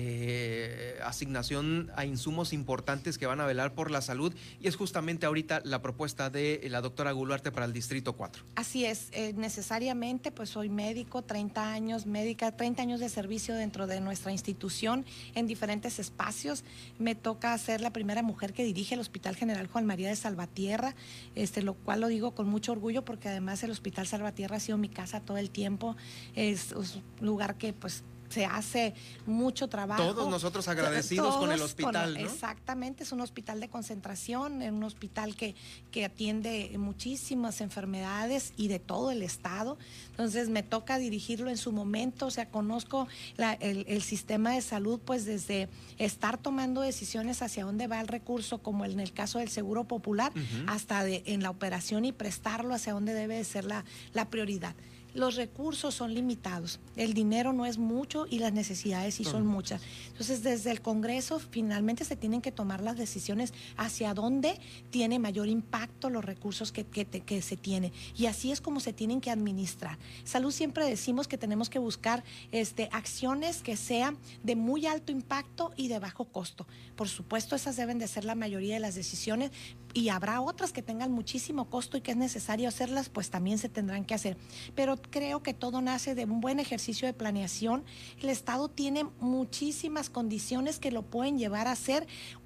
asignación a insumos importantes que van a velar por la salud, y es justamente ahorita la propuesta de la doctora Guluarte para el Distrito 4. Así es, necesariamente pues soy médico, 30 años de servicio dentro de nuestra institución en diferentes espacios. Me toca ser la primera mujer que dirige el Hospital General Juan María de Salvatierra, lo cual lo digo con mucho orgullo porque además el Hospital Salvatierra ha sido mi casa todo el tiempo, es un lugar que pues se hace mucho trabajo. Todos nosotros agradecidos con el hospital, ¿no? Exactamente, es un hospital de concentración, un hospital que atiende muchísimas enfermedades y de todo el estado. Entonces me toca dirigirlo en su momento, o sea, conozco el sistema de salud pues desde estar tomando decisiones hacia dónde va el recurso, como en el caso del Seguro Popular, hasta en la operación y prestarlo hacia dónde debe de ser la prioridad. Los recursos son limitados, el dinero no es mucho y las necesidades sí son muchas. Entonces, desde el Congreso finalmente se tienen que tomar las decisiones hacia dónde tiene mayor impacto los recursos que se tiene. Y así es como se tienen que administrar. Salud siempre decimos que tenemos que buscar acciones que sean de muy alto impacto y de bajo costo. Por supuesto, esas deben de ser la mayoría de las decisiones, y habrá otras que tengan muchísimo costo y que es necesario hacerlas, pues también se tendrán que hacer. Pero creo que todo nace de un buen ejercicio de planeación. El Estado tiene muchísimas condiciones que lo pueden llevar a hacer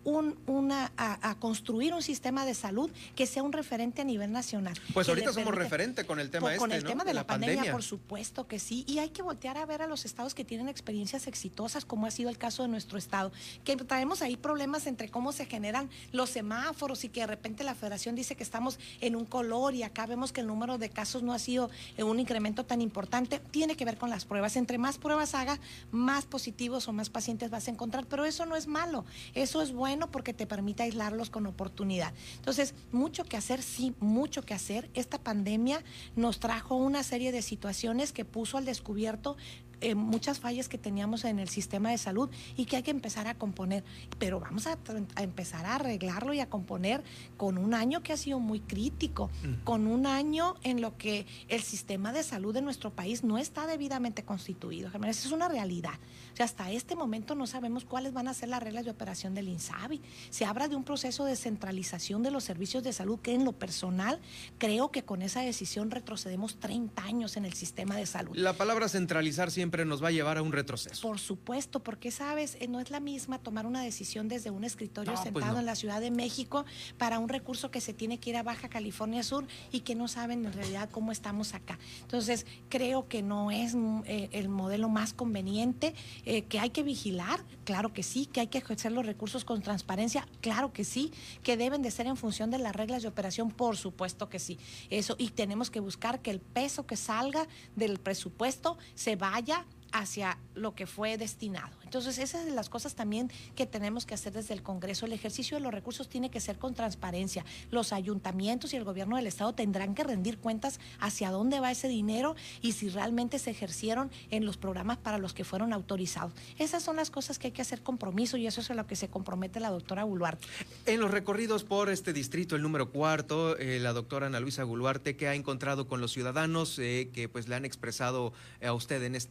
a construir un sistema de salud que sea un referente a nivel nacional. Pues ahorita somos referente con el tema con el ¿no? tema de la pandemia, por supuesto que sí, y hay que voltear a ver a los estados que tienen experiencias exitosas, como ha sido el caso de nuestro estado, que traemos ahí problemas entre cómo se generan los semáforos y que de repente la federación dice que estamos en un color y acá vemos que el número de casos no ha sido un incremento tan importante. Tiene que ver con las pruebas. Entre más pruebas haga, más positivos o más pacientes vas a encontrar, pero eso no es malo, eso es bueno porque te permite aislarlos con oportunidad. Entonces, mucho que hacer, sí, mucho que hacer. Esta pandemia nos trajo una serie de situaciones que puso al descubierto muchas fallas que teníamos en el sistema de salud y que hay que empezar a componer, pero vamos a empezar a arreglarlo y a componer con un año que ha sido muy crítico, con un año en lo que el sistema de salud de nuestro país no está debidamente constituido. Esa es una realidad. O sea, hasta este momento no sabemos cuáles van a ser las reglas de operación del INSABI. Se habla de un proceso de centralización de los servicios de salud que en lo personal creo que con esa decisión retrocedemos 30 años en el sistema de salud. La palabra centralizar siempre nos va a llevar a un retroceso. Por supuesto, porque sabes, no es la misma tomar una decisión desde un escritorio sentado en la Ciudad de México para un recurso que se tiene que ir a Baja California Sur y que no saben en realidad cómo estamos acá. Entonces, creo que no es el modelo más conveniente, que hay que vigilar, claro que sí, que hay que ejercer los recursos con transparencia, claro que sí, que deben de ser en función de las reglas de operación, por supuesto que sí. Eso, y tenemos que buscar que el peso que salga del presupuesto se vaya hacia lo que fue destinado. Entonces, esas son las cosas también que tenemos que hacer desde el Congreso. El ejercicio de los recursos tiene que ser con transparencia. Los ayuntamientos y el gobierno del Estado tendrán que rendir cuentas hacia dónde va ese dinero y si realmente se ejercieron en los programas para los que fueron autorizados. Esas son las cosas que hay que hacer compromiso y eso es a lo que se compromete la doctora Guluarte. En los recorridos por este distrito, el número 4, la doctora Ana Luisa Guluarte, ¿qué ha encontrado con los ciudadanos que pues le han expresado a usted en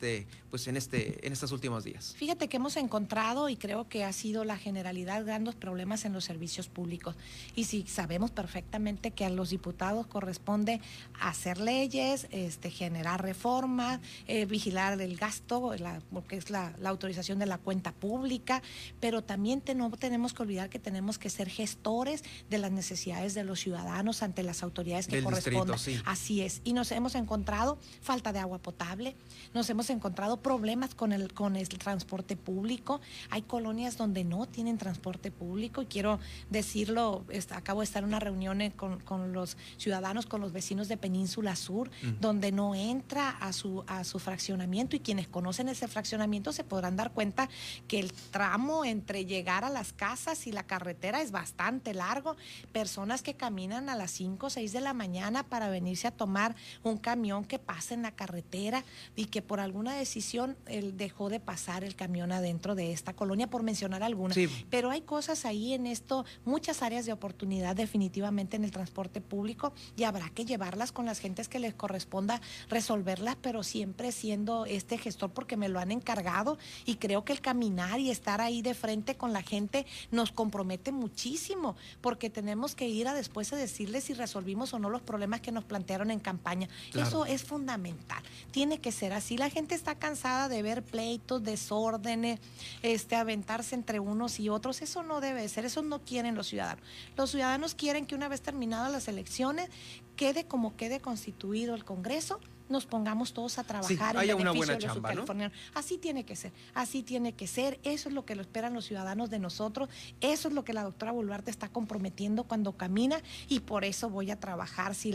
estos últimos días? Fíjate que hemos encontrado, y creo que ha sido la generalidad, grandes problemas en los servicios públicos. Y sí, sabemos perfectamente que a los diputados corresponde hacer leyes, generar reformas, vigilar el gasto, lo que es la autorización de la cuenta pública, pero también no tenemos que olvidar que tenemos que ser gestores de las necesidades de los ciudadanos ante las autoridades que correspondan. Distrito, sí. Así es. Y nos hemos encontrado falta de agua potable, nos hemos encontrado problemas con el transporte público. Hay colonias donde no tienen transporte público, y quiero decirlo, acabo de estar en una reunión con los ciudadanos, con los vecinos de Península Sur, donde no entra a su fraccionamiento, y quienes conocen ese fraccionamiento se podrán dar cuenta que el tramo entre llegar a las casas y la carretera es bastante largo. Personas que caminan a las 5 o 6 de la mañana para venirse a tomar un camión que pasa en la carretera, y que por alguna decisión él dejó de pasar el camión adentro de esta colonia, por mencionar algunas. Sí. Pero hay cosas ahí en esto, muchas áreas de oportunidad definitivamente en el transporte público, y habrá que llevarlas con las gentes que les corresponda resolverlas, pero siempre siendo este gestor, porque me lo han encargado, y creo que el caminar y estar ahí de frente con la gente nos compromete muchísimo, porque tenemos que ir a después a decirles si resolvimos o no los problemas que nos plantearon en campaña. Claro. Eso es fundamental, tiene que ser así. La gente está cansada de ver pleitos, desórdenes, aventarse entre unos y otros. Eso no debe ser, eso no quieren los ciudadanos. Los ciudadanos quieren que una vez terminadas las elecciones, quede como quede constituido el Congreso, nos pongamos todos a trabajar en beneficio de los subcalifornianos. ¿No? Así tiene que ser, así tiene que ser. Eso es lo que lo esperan los ciudadanos de nosotros. Eso es lo que la doctora Boluarte está comprometiendo cuando camina, y por eso voy a trabajar si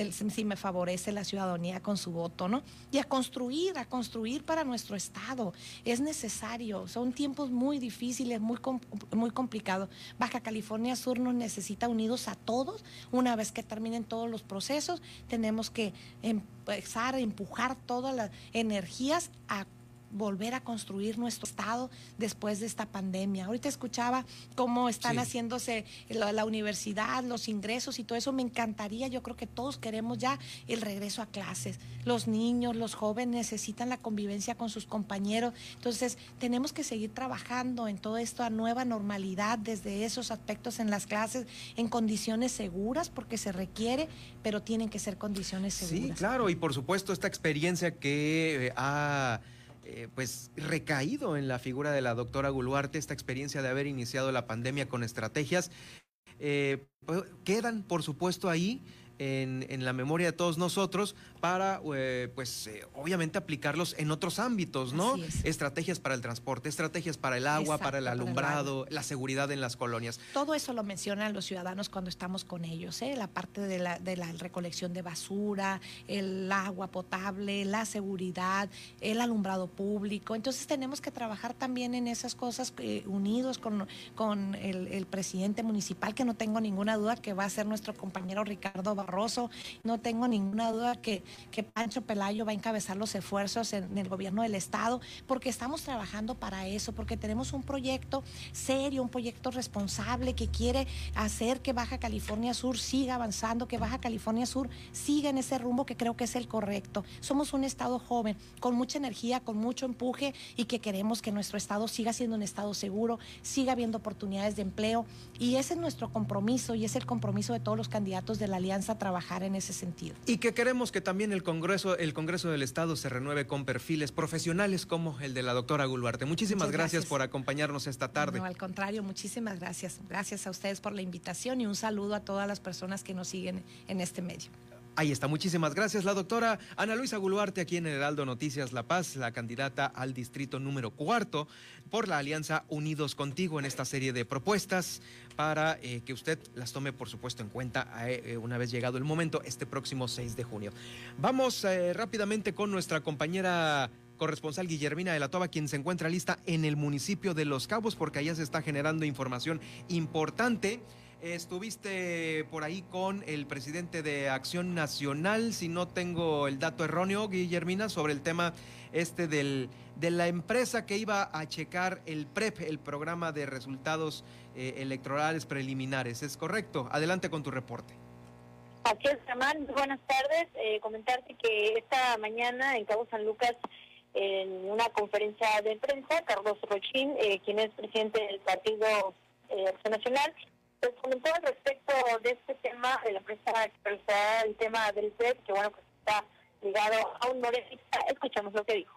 me favorece la ciudadanía con su voto, ¿no? Y a construir para nuestro estado. Es necesario. Son tiempos muy difíciles, muy complicados. Baja California Sur nos necesita unidos a todos. Una vez que terminen todos los procesos, tenemos que empezar a empujar todas las energías a volver a construir nuestro estado después de esta pandemia. Ahorita escuchaba cómo están haciéndose la universidad, los ingresos y todo eso. Me encantaría, yo creo que todos queremos ya el regreso a clases. Los niños, los jóvenes necesitan la convivencia con sus compañeros. Entonces, tenemos que seguir trabajando en todo esto a nueva normalidad, desde esos aspectos en las clases, en condiciones seguras, porque se requiere, pero tienen que ser condiciones seguras. Sí, claro, y por supuesto esta experiencia que ha recaído en la figura de la doctora Boluarte, esta experiencia de haber iniciado la pandemia con estrategias, quedan por supuesto ahí en la memoria de todos nosotros para, obviamente aplicarlos en otros ámbitos, ¿no? Estrategias para el transporte, estrategias para el agua, para el alumbrado, la seguridad en las colonias. Todo eso lo mencionan los ciudadanos cuando estamos con ellos, la parte de la recolección de basura, el agua potable, la seguridad, el alumbrado público. Entonces tenemos que trabajar también en esas cosas unidos con el presidente municipal, que no tengo ninguna duda que va a ser nuestro compañero Ricardo Barroso. No tengo ninguna duda que Pancho Pelayo va a encabezar los esfuerzos en el gobierno del estado, porque estamos trabajando para eso, porque tenemos un proyecto serio, un proyecto responsable que quiere hacer que Baja California Sur siga avanzando, que Baja California Sur siga en ese rumbo que creo que es el correcto. Somos un estado joven, con mucha energía, con mucho empuje, y que queremos que nuestro estado siga siendo un estado seguro, siga habiendo oportunidades de empleo, y ese es nuestro compromiso, y es el compromiso de todos los candidatos de la alianza, trabajar en ese sentido. Y que queremos que también el Congreso del Estado se renueve con perfiles profesionales como el de la doctora Boluarte. Muchísimas gracias por acompañarnos esta tarde. No, al contrario, muchísimas gracias. Gracias a ustedes por la invitación, y un saludo a todas las personas que nos siguen en este medio. Ahí está, muchísimas gracias. La doctora Ana Luisa Boluarte, aquí en el Heraldo Noticias La Paz, la candidata al distrito número 4 por la Alianza Unidos Contigo, en esta serie de propuestas para que usted las tome, por supuesto, en cuenta una vez llegado el momento, este próximo 6 de junio. Vamos rápidamente con nuestra compañera corresponsal Guillermina de la Toba, quien se encuentra lista en el municipio de Los Cabos, porque allá se está generando información importante. Estuviste por ahí con el presidente de Acción Nacional, si no tengo el dato erróneo, Guillermina, sobre el tema de la empresa que iba a checar el PREP, el programa de resultados electorales preliminares. ¿Es correcto? Adelante con tu reporte. Así es, Germán. Buenas tardes. Comentarte que esta mañana en Cabo San Lucas, en una conferencia de prensa, Carlos Rochín, quien es presidente del Partido Acción Nacional, pues comentó al respecto de este tema de la empresa que realizará el tema del PREP, que bueno, pues está ligado a un morenista. Escuchamos lo que dijo.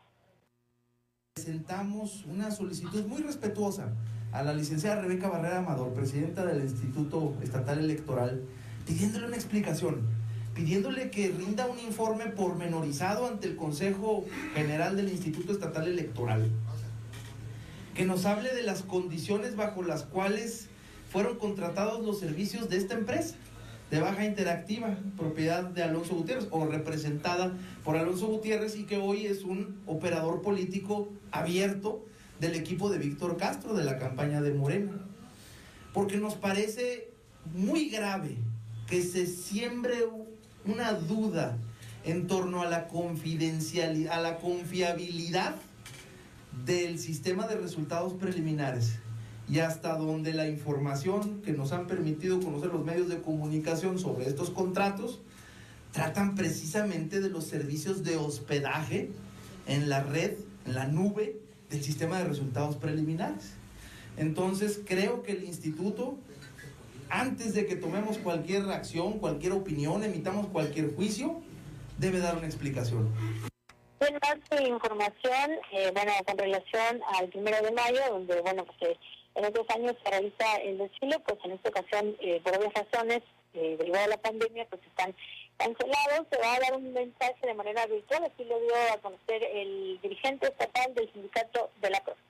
Presentamos una solicitud muy respetuosa a la licenciada Rebeca Barrera Amador, presidenta del Instituto Estatal Electoral, pidiéndole una explicación. pidiéndole que rinda un informe pormenorizado ante el Consejo General del Instituto Estatal Electoral, que nos hable de las condiciones bajo las cuales fueron contratados los servicios de esta empresa de Baja Interactiva, propiedad de Alonso Gutiérrez o representada por Alonso Gutiérrez, y que hoy es un operador político abierto del equipo de Víctor Castro de la campaña de Morena. Porque nos parece muy grave que se siembre una duda en torno a la confidencialidad, a la confiabilidad del sistema de resultados preliminares, y hasta donde la información que nos han permitido conocer los medios de comunicación sobre estos contratos tratan precisamente de los servicios de hospedaje en la red, en la nube del sistema de resultados preliminares. Entonces creo que el instituto, antes de que tomemos cualquier acción, cualquier opinión, emitamos cualquier juicio, debe dar una explicación. En más información, con relación al 1 de mayo, donde, en otros años se realiza el desfile, pues en esta ocasión, por obvias razones, derivado de la pandemia, pues están cancelados. Se va a dar un mensaje de manera virtual, así lo dio a conocer el dirigente estatal del sindicato de la CROF.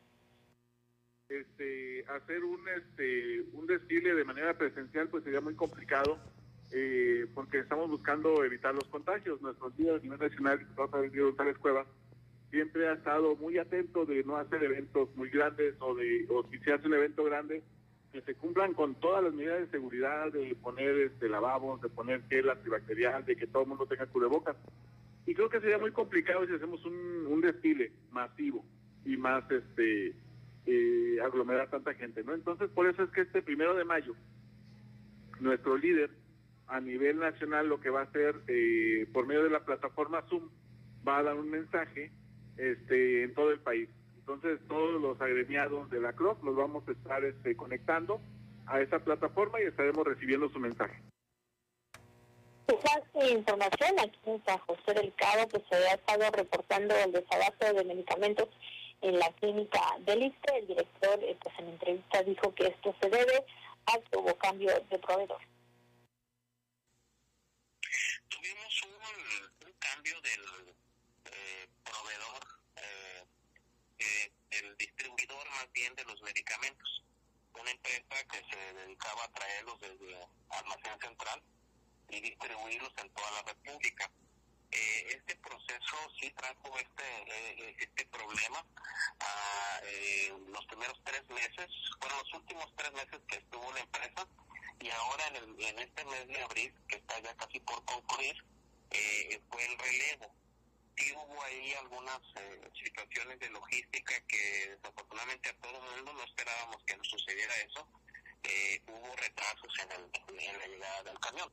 Hacer un desfile de manera presencial pues sería muy complicado, porque estamos buscando evitar los contagios. Nuestro líder a nivel nacional, el diputado González Cuevas, siempre ha estado muy atento de no hacer eventos muy grandes o si se hace un evento grande, que se cumplan con todas las medidas de seguridad, de poner lavabos, de poner gel antibacterial, de que todo el mundo tenga cubrebocas. Y creo que sería muy complicado si hacemos un desfile masivo y más aglomerar tanta gente, ¿no? Entonces, por eso es que este 1 de mayo, nuestro líder a nivel nacional lo que va a hacer por medio de la plataforma Zoom, va a dar un mensaje en todo el país. Entonces todos los agremiados de la CROF los vamos a estar conectando a esa plataforma y estaremos recibiendo su mensaje. Más información, aquí en San José del Cabo, pues se ha estado reportando el desabasto de medicamentos en la clínica del ISSSTE. El director pues en entrevista dijo que esto se debe a que hubo cambio de proveedor. Tuvimos un cambio del proveedor, el distribuidor más bien de los medicamentos, una empresa que se dedicaba a traerlos desde almacén central y distribuirlos en toda la República. Este proceso sí trajo este problema los primeros 3 meses, fueron los últimos 3 meses que estuvo la empresa, y ahora en este mes de abril, que está ya casi por concluir, fue el relevo. Sí hubo ahí algunas situaciones de logística que desafortunadamente a todo el mundo no esperábamos que nos sucediera eso. Hubo retrasos en la llegada del camión.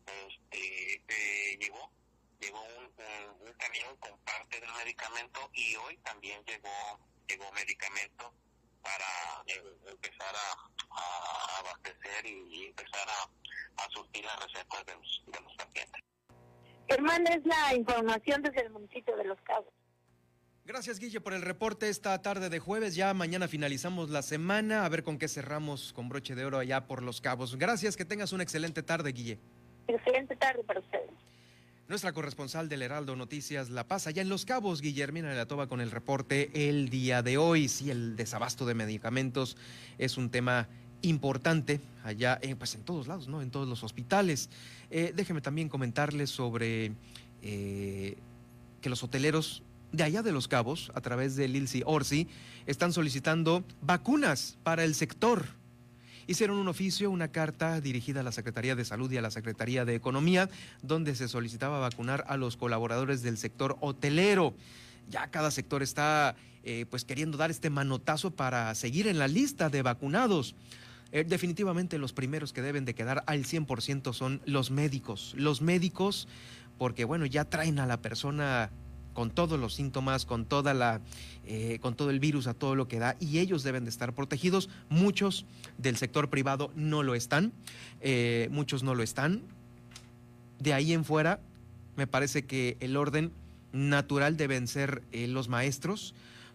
Llegó un camión con parte del medicamento, y hoy también llegó medicamento para empezar a abastecer y empezar a surtir las recetas de los pacientes. Germán, es la información desde el municipio de Los Cabos. Gracias, Guille, por el reporte esta tarde de jueves. Ya mañana finalizamos la semana, a ver con qué cerramos con broche de oro allá por Los Cabos. Gracias, que tengas una excelente tarde, Guille. Excelente tarde para ustedes. Nuestra corresponsal del Heraldo Noticias La Paz, allá en Los Cabos, Guillermina de la Toba, con el reporte el día de hoy. Sí, el desabasto de medicamentos es un tema importante allá pues en todos lados, ¿no? En todos los hospitales. Déjeme también comentarles sobre que los hoteleros de allá de Los Cabos, a través del ILSI Orsi, están solicitando vacunas para el sector. Hicieron un oficio, una carta dirigida a la Secretaría de Salud y a la Secretaría de Economía, donde se solicitaba vacunar a los colaboradores del sector hotelero. Ya cada sector está pues queriendo dar este manotazo para seguir en la lista de vacunados. Definitivamente los primeros que deben de quedar al 100% son los médicos. Los médicos, porque bueno, ya traen a la persona con todos los síntomas, con todo el virus, a todo lo que da, y ellos deben de estar protegidos. Muchos del sector privado no lo están, muchos no lo están. De ahí en fuera, me parece que el orden natural deben ser los maestros,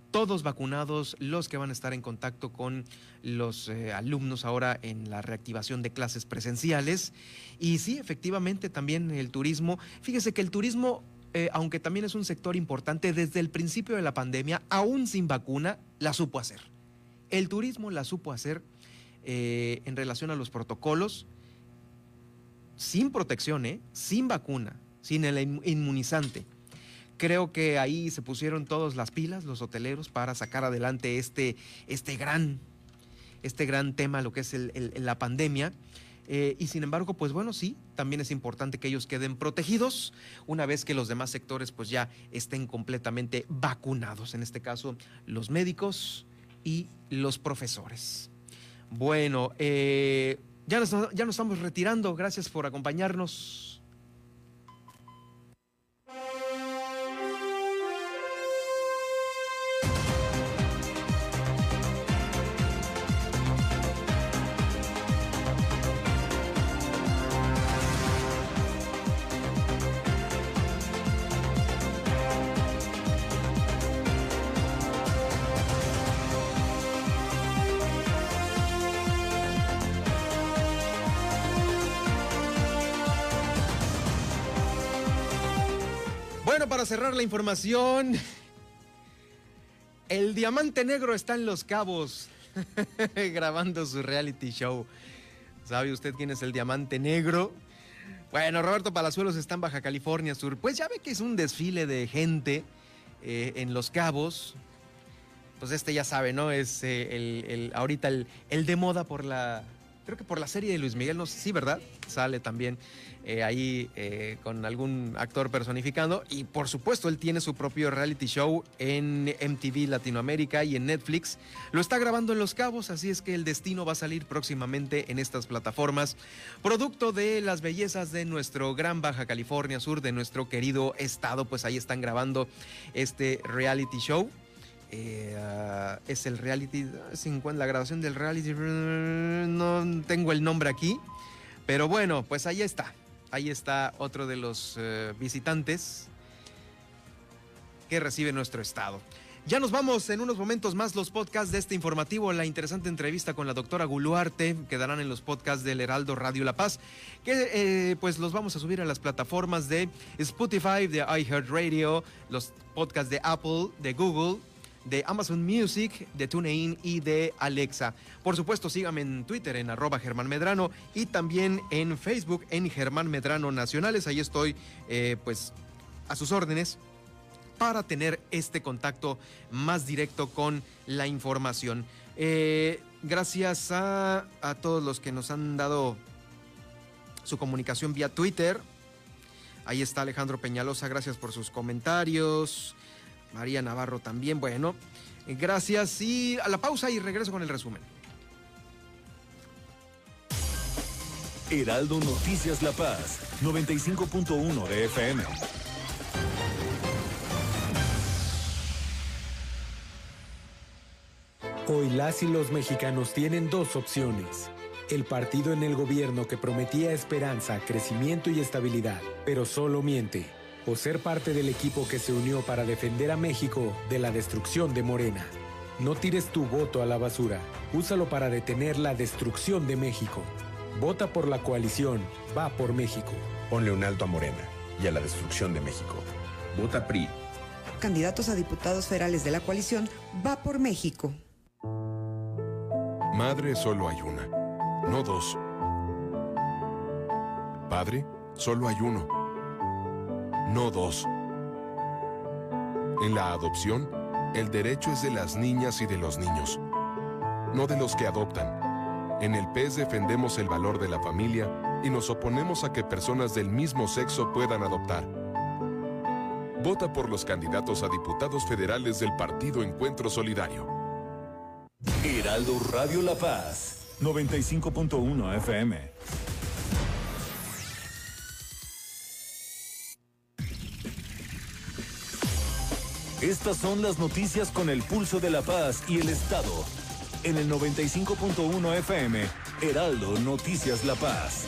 todos vacunados los que van a estar en contacto con los alumnos ahora en la reactivación de clases presenciales. Y sí, efectivamente, también el turismo. Fíjese que el turismo, aunque también es un sector importante, desde el principio de la pandemia, aún sin vacuna, la supo hacer. El turismo la supo hacer en relación a los protocolos, sin protección, sin vacuna, sin el inmunizante. Creo que ahí se pusieron todos las pilas, los hoteleros, para sacar adelante este gran tema, lo que es la pandemia. Y sin embargo, pues bueno, sí, también es importante que ellos queden protegidos una vez que los demás sectores pues ya estén completamente vacunados. En este caso, los médicos y los profesores. Bueno, ya nos estamos retirando. Gracias por acompañarnos. Bueno, para cerrar la información, el Diamante Negro está en Los Cabos grabando su reality show. ¿Sabe usted quién es el Diamante Negro? Bueno, Roberto Palazuelos está en Baja California Sur. Pues ya ve que es un desfile de gente en Los Cabos. Pues ya sabe, ¿no? Es ahorita el de moda creo que por la serie de Luis Miguel, no sé, sí, ¿verdad? Sale también ahí con algún actor personificando. Y por supuesto, él tiene su propio reality show en MTV Latinoamérica y en Netflix. Lo está grabando en Los Cabos, así es que el destino va a salir próximamente en estas plataformas. Producto de las bellezas de nuestro gran Baja California Sur, de nuestro querido estado, pues ahí están grabando este reality show. Es el reality, la grabación del reality, no tengo el nombre aquí, pero bueno, pues ahí está otro de los visitantes que recibe nuestro estado. Ya nos vamos, en unos momentos más los podcasts de este informativo, la interesante entrevista con la doctora Guluarte, quedarán en los podcasts del Heraldo Radio La Paz, que pues los vamos a subir a las plataformas de Spotify, de iHeartRadio, los podcasts de Apple, de Google, de Amazon Music, de TuneIn y de Alexa. Por supuesto, síganme en Twitter en @GermánMedrano y también en Facebook en Germán Medrano Nacionales. Ahí estoy pues a sus órdenes para tener este contacto más directo con la información. Gracias a todos los que nos han dado su comunicación vía Twitter. Ahí está Alejandro Peñalosa, gracias por sus comentarios. María Navarro también, bueno, gracias. Y a la pausa y regreso con el resumen. Heraldo Noticias La Paz, 95.1 de FM. Hoy las y los mexicanos tienen dos opciones. El partido en el gobierno que prometía esperanza, crecimiento y estabilidad, pero solo miente. O ser parte del equipo que se unió para defender a México de la destrucción de Morena. No tires tu voto a la basura. Úsalo para detener la destrucción de México. Vota por la coalición. Va por México. Ponle un alto a Morena y a la destrucción de México. Vota PRI. Candidatos a diputados federales de la coalición. Va por México. Madre solo hay una, no dos. Padre solo hay uno, no dos. En la adopción, el derecho es de las niñas y de los niños, no de los que adoptan. En el PES defendemos el valor de la familia y nos oponemos a que personas del mismo sexo puedan adoptar. Vota por los candidatos a diputados federales del Partido Encuentro Solidario. Heraldo Radio La Paz, 95.1 FM. Estas son las noticias con el pulso de La Paz y el Estado. En el 95.1 FM, Heraldo Noticias La Paz.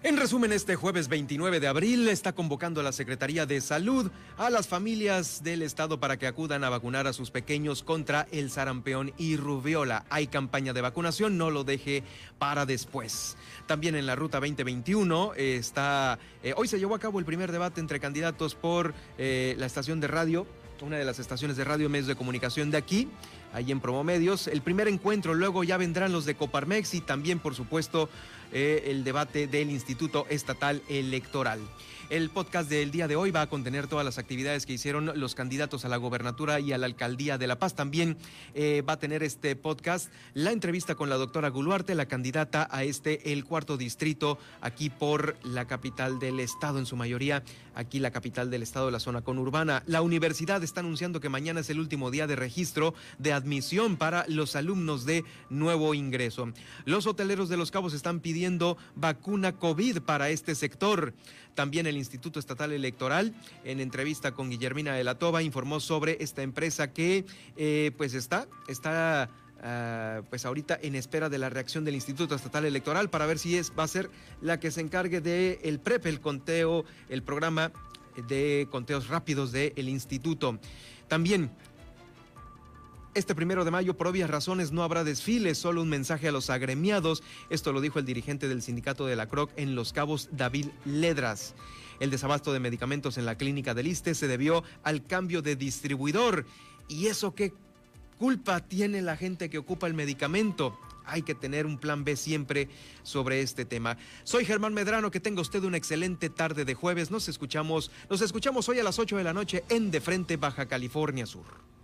En resumen, este jueves 29 de abril está convocando a la Secretaría de Salud a las familias del estado para que acudan a vacunar a sus pequeños contra el sarampión y rubiola. Hay campaña de vacunación, no lo deje para después. También en la Ruta 2021 hoy se llevó a cabo el primer debate entre candidatos por la estación de radio, una de las estaciones de radio, medios de comunicación de aquí, ahí en Promomedios. El primer encuentro, luego ya vendrán los de Coparmex y también, por supuesto, el debate del Instituto Estatal Electoral. El podcast del día de hoy va a contener todas las actividades que hicieron los candidatos a la gobernatura y a la alcaldía de La Paz. También va a tener este podcast la entrevista con la doctora Guluarte, la candidata a el cuarto distrito aquí por la capital del estado, en su mayoría aquí la capital del estado de la zona conurbana. La universidad está anunciando que mañana es el último día de registro de admisión para los alumnos de nuevo ingreso. Los hoteleros de Los Cabos están pidiendo vacuna COVID para este sector. También el Instituto Estatal Electoral, en entrevista con Guillermina de la Toba, informó sobre esta empresa que pues está pues ahorita en espera de la reacción del Instituto Estatal Electoral para ver si va a ser la que se encargue del PREP, el conteo, el programa de conteos rápidos del instituto. También este 1 de mayo, por obvias razones, no habrá desfiles, solo un mensaje a los agremiados. Esto lo dijo el dirigente del sindicato de la CROC en Los Cabos, David Ledras. El desabasto de medicamentos en la clínica del ISSSTE se debió al cambio de distribuidor. ¿Y eso qué culpa tiene la gente que ocupa el medicamento? Hay que tener un plan B siempre sobre este tema. Soy Germán Medrano, que tenga usted una excelente tarde de jueves. Nos escuchamos hoy a las 8 de la noche en De Frente, Baja California Sur.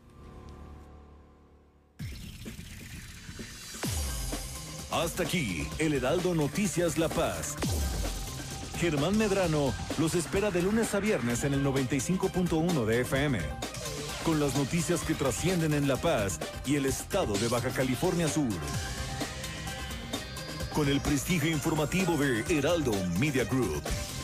Hasta aquí, el Heraldo Noticias La Paz. Germán Medrano los espera de lunes a viernes en el 95.1 de FM. Con las noticias que trascienden en La Paz y el estado de Baja California Sur. Con el prestigio informativo de Heraldo Media Group.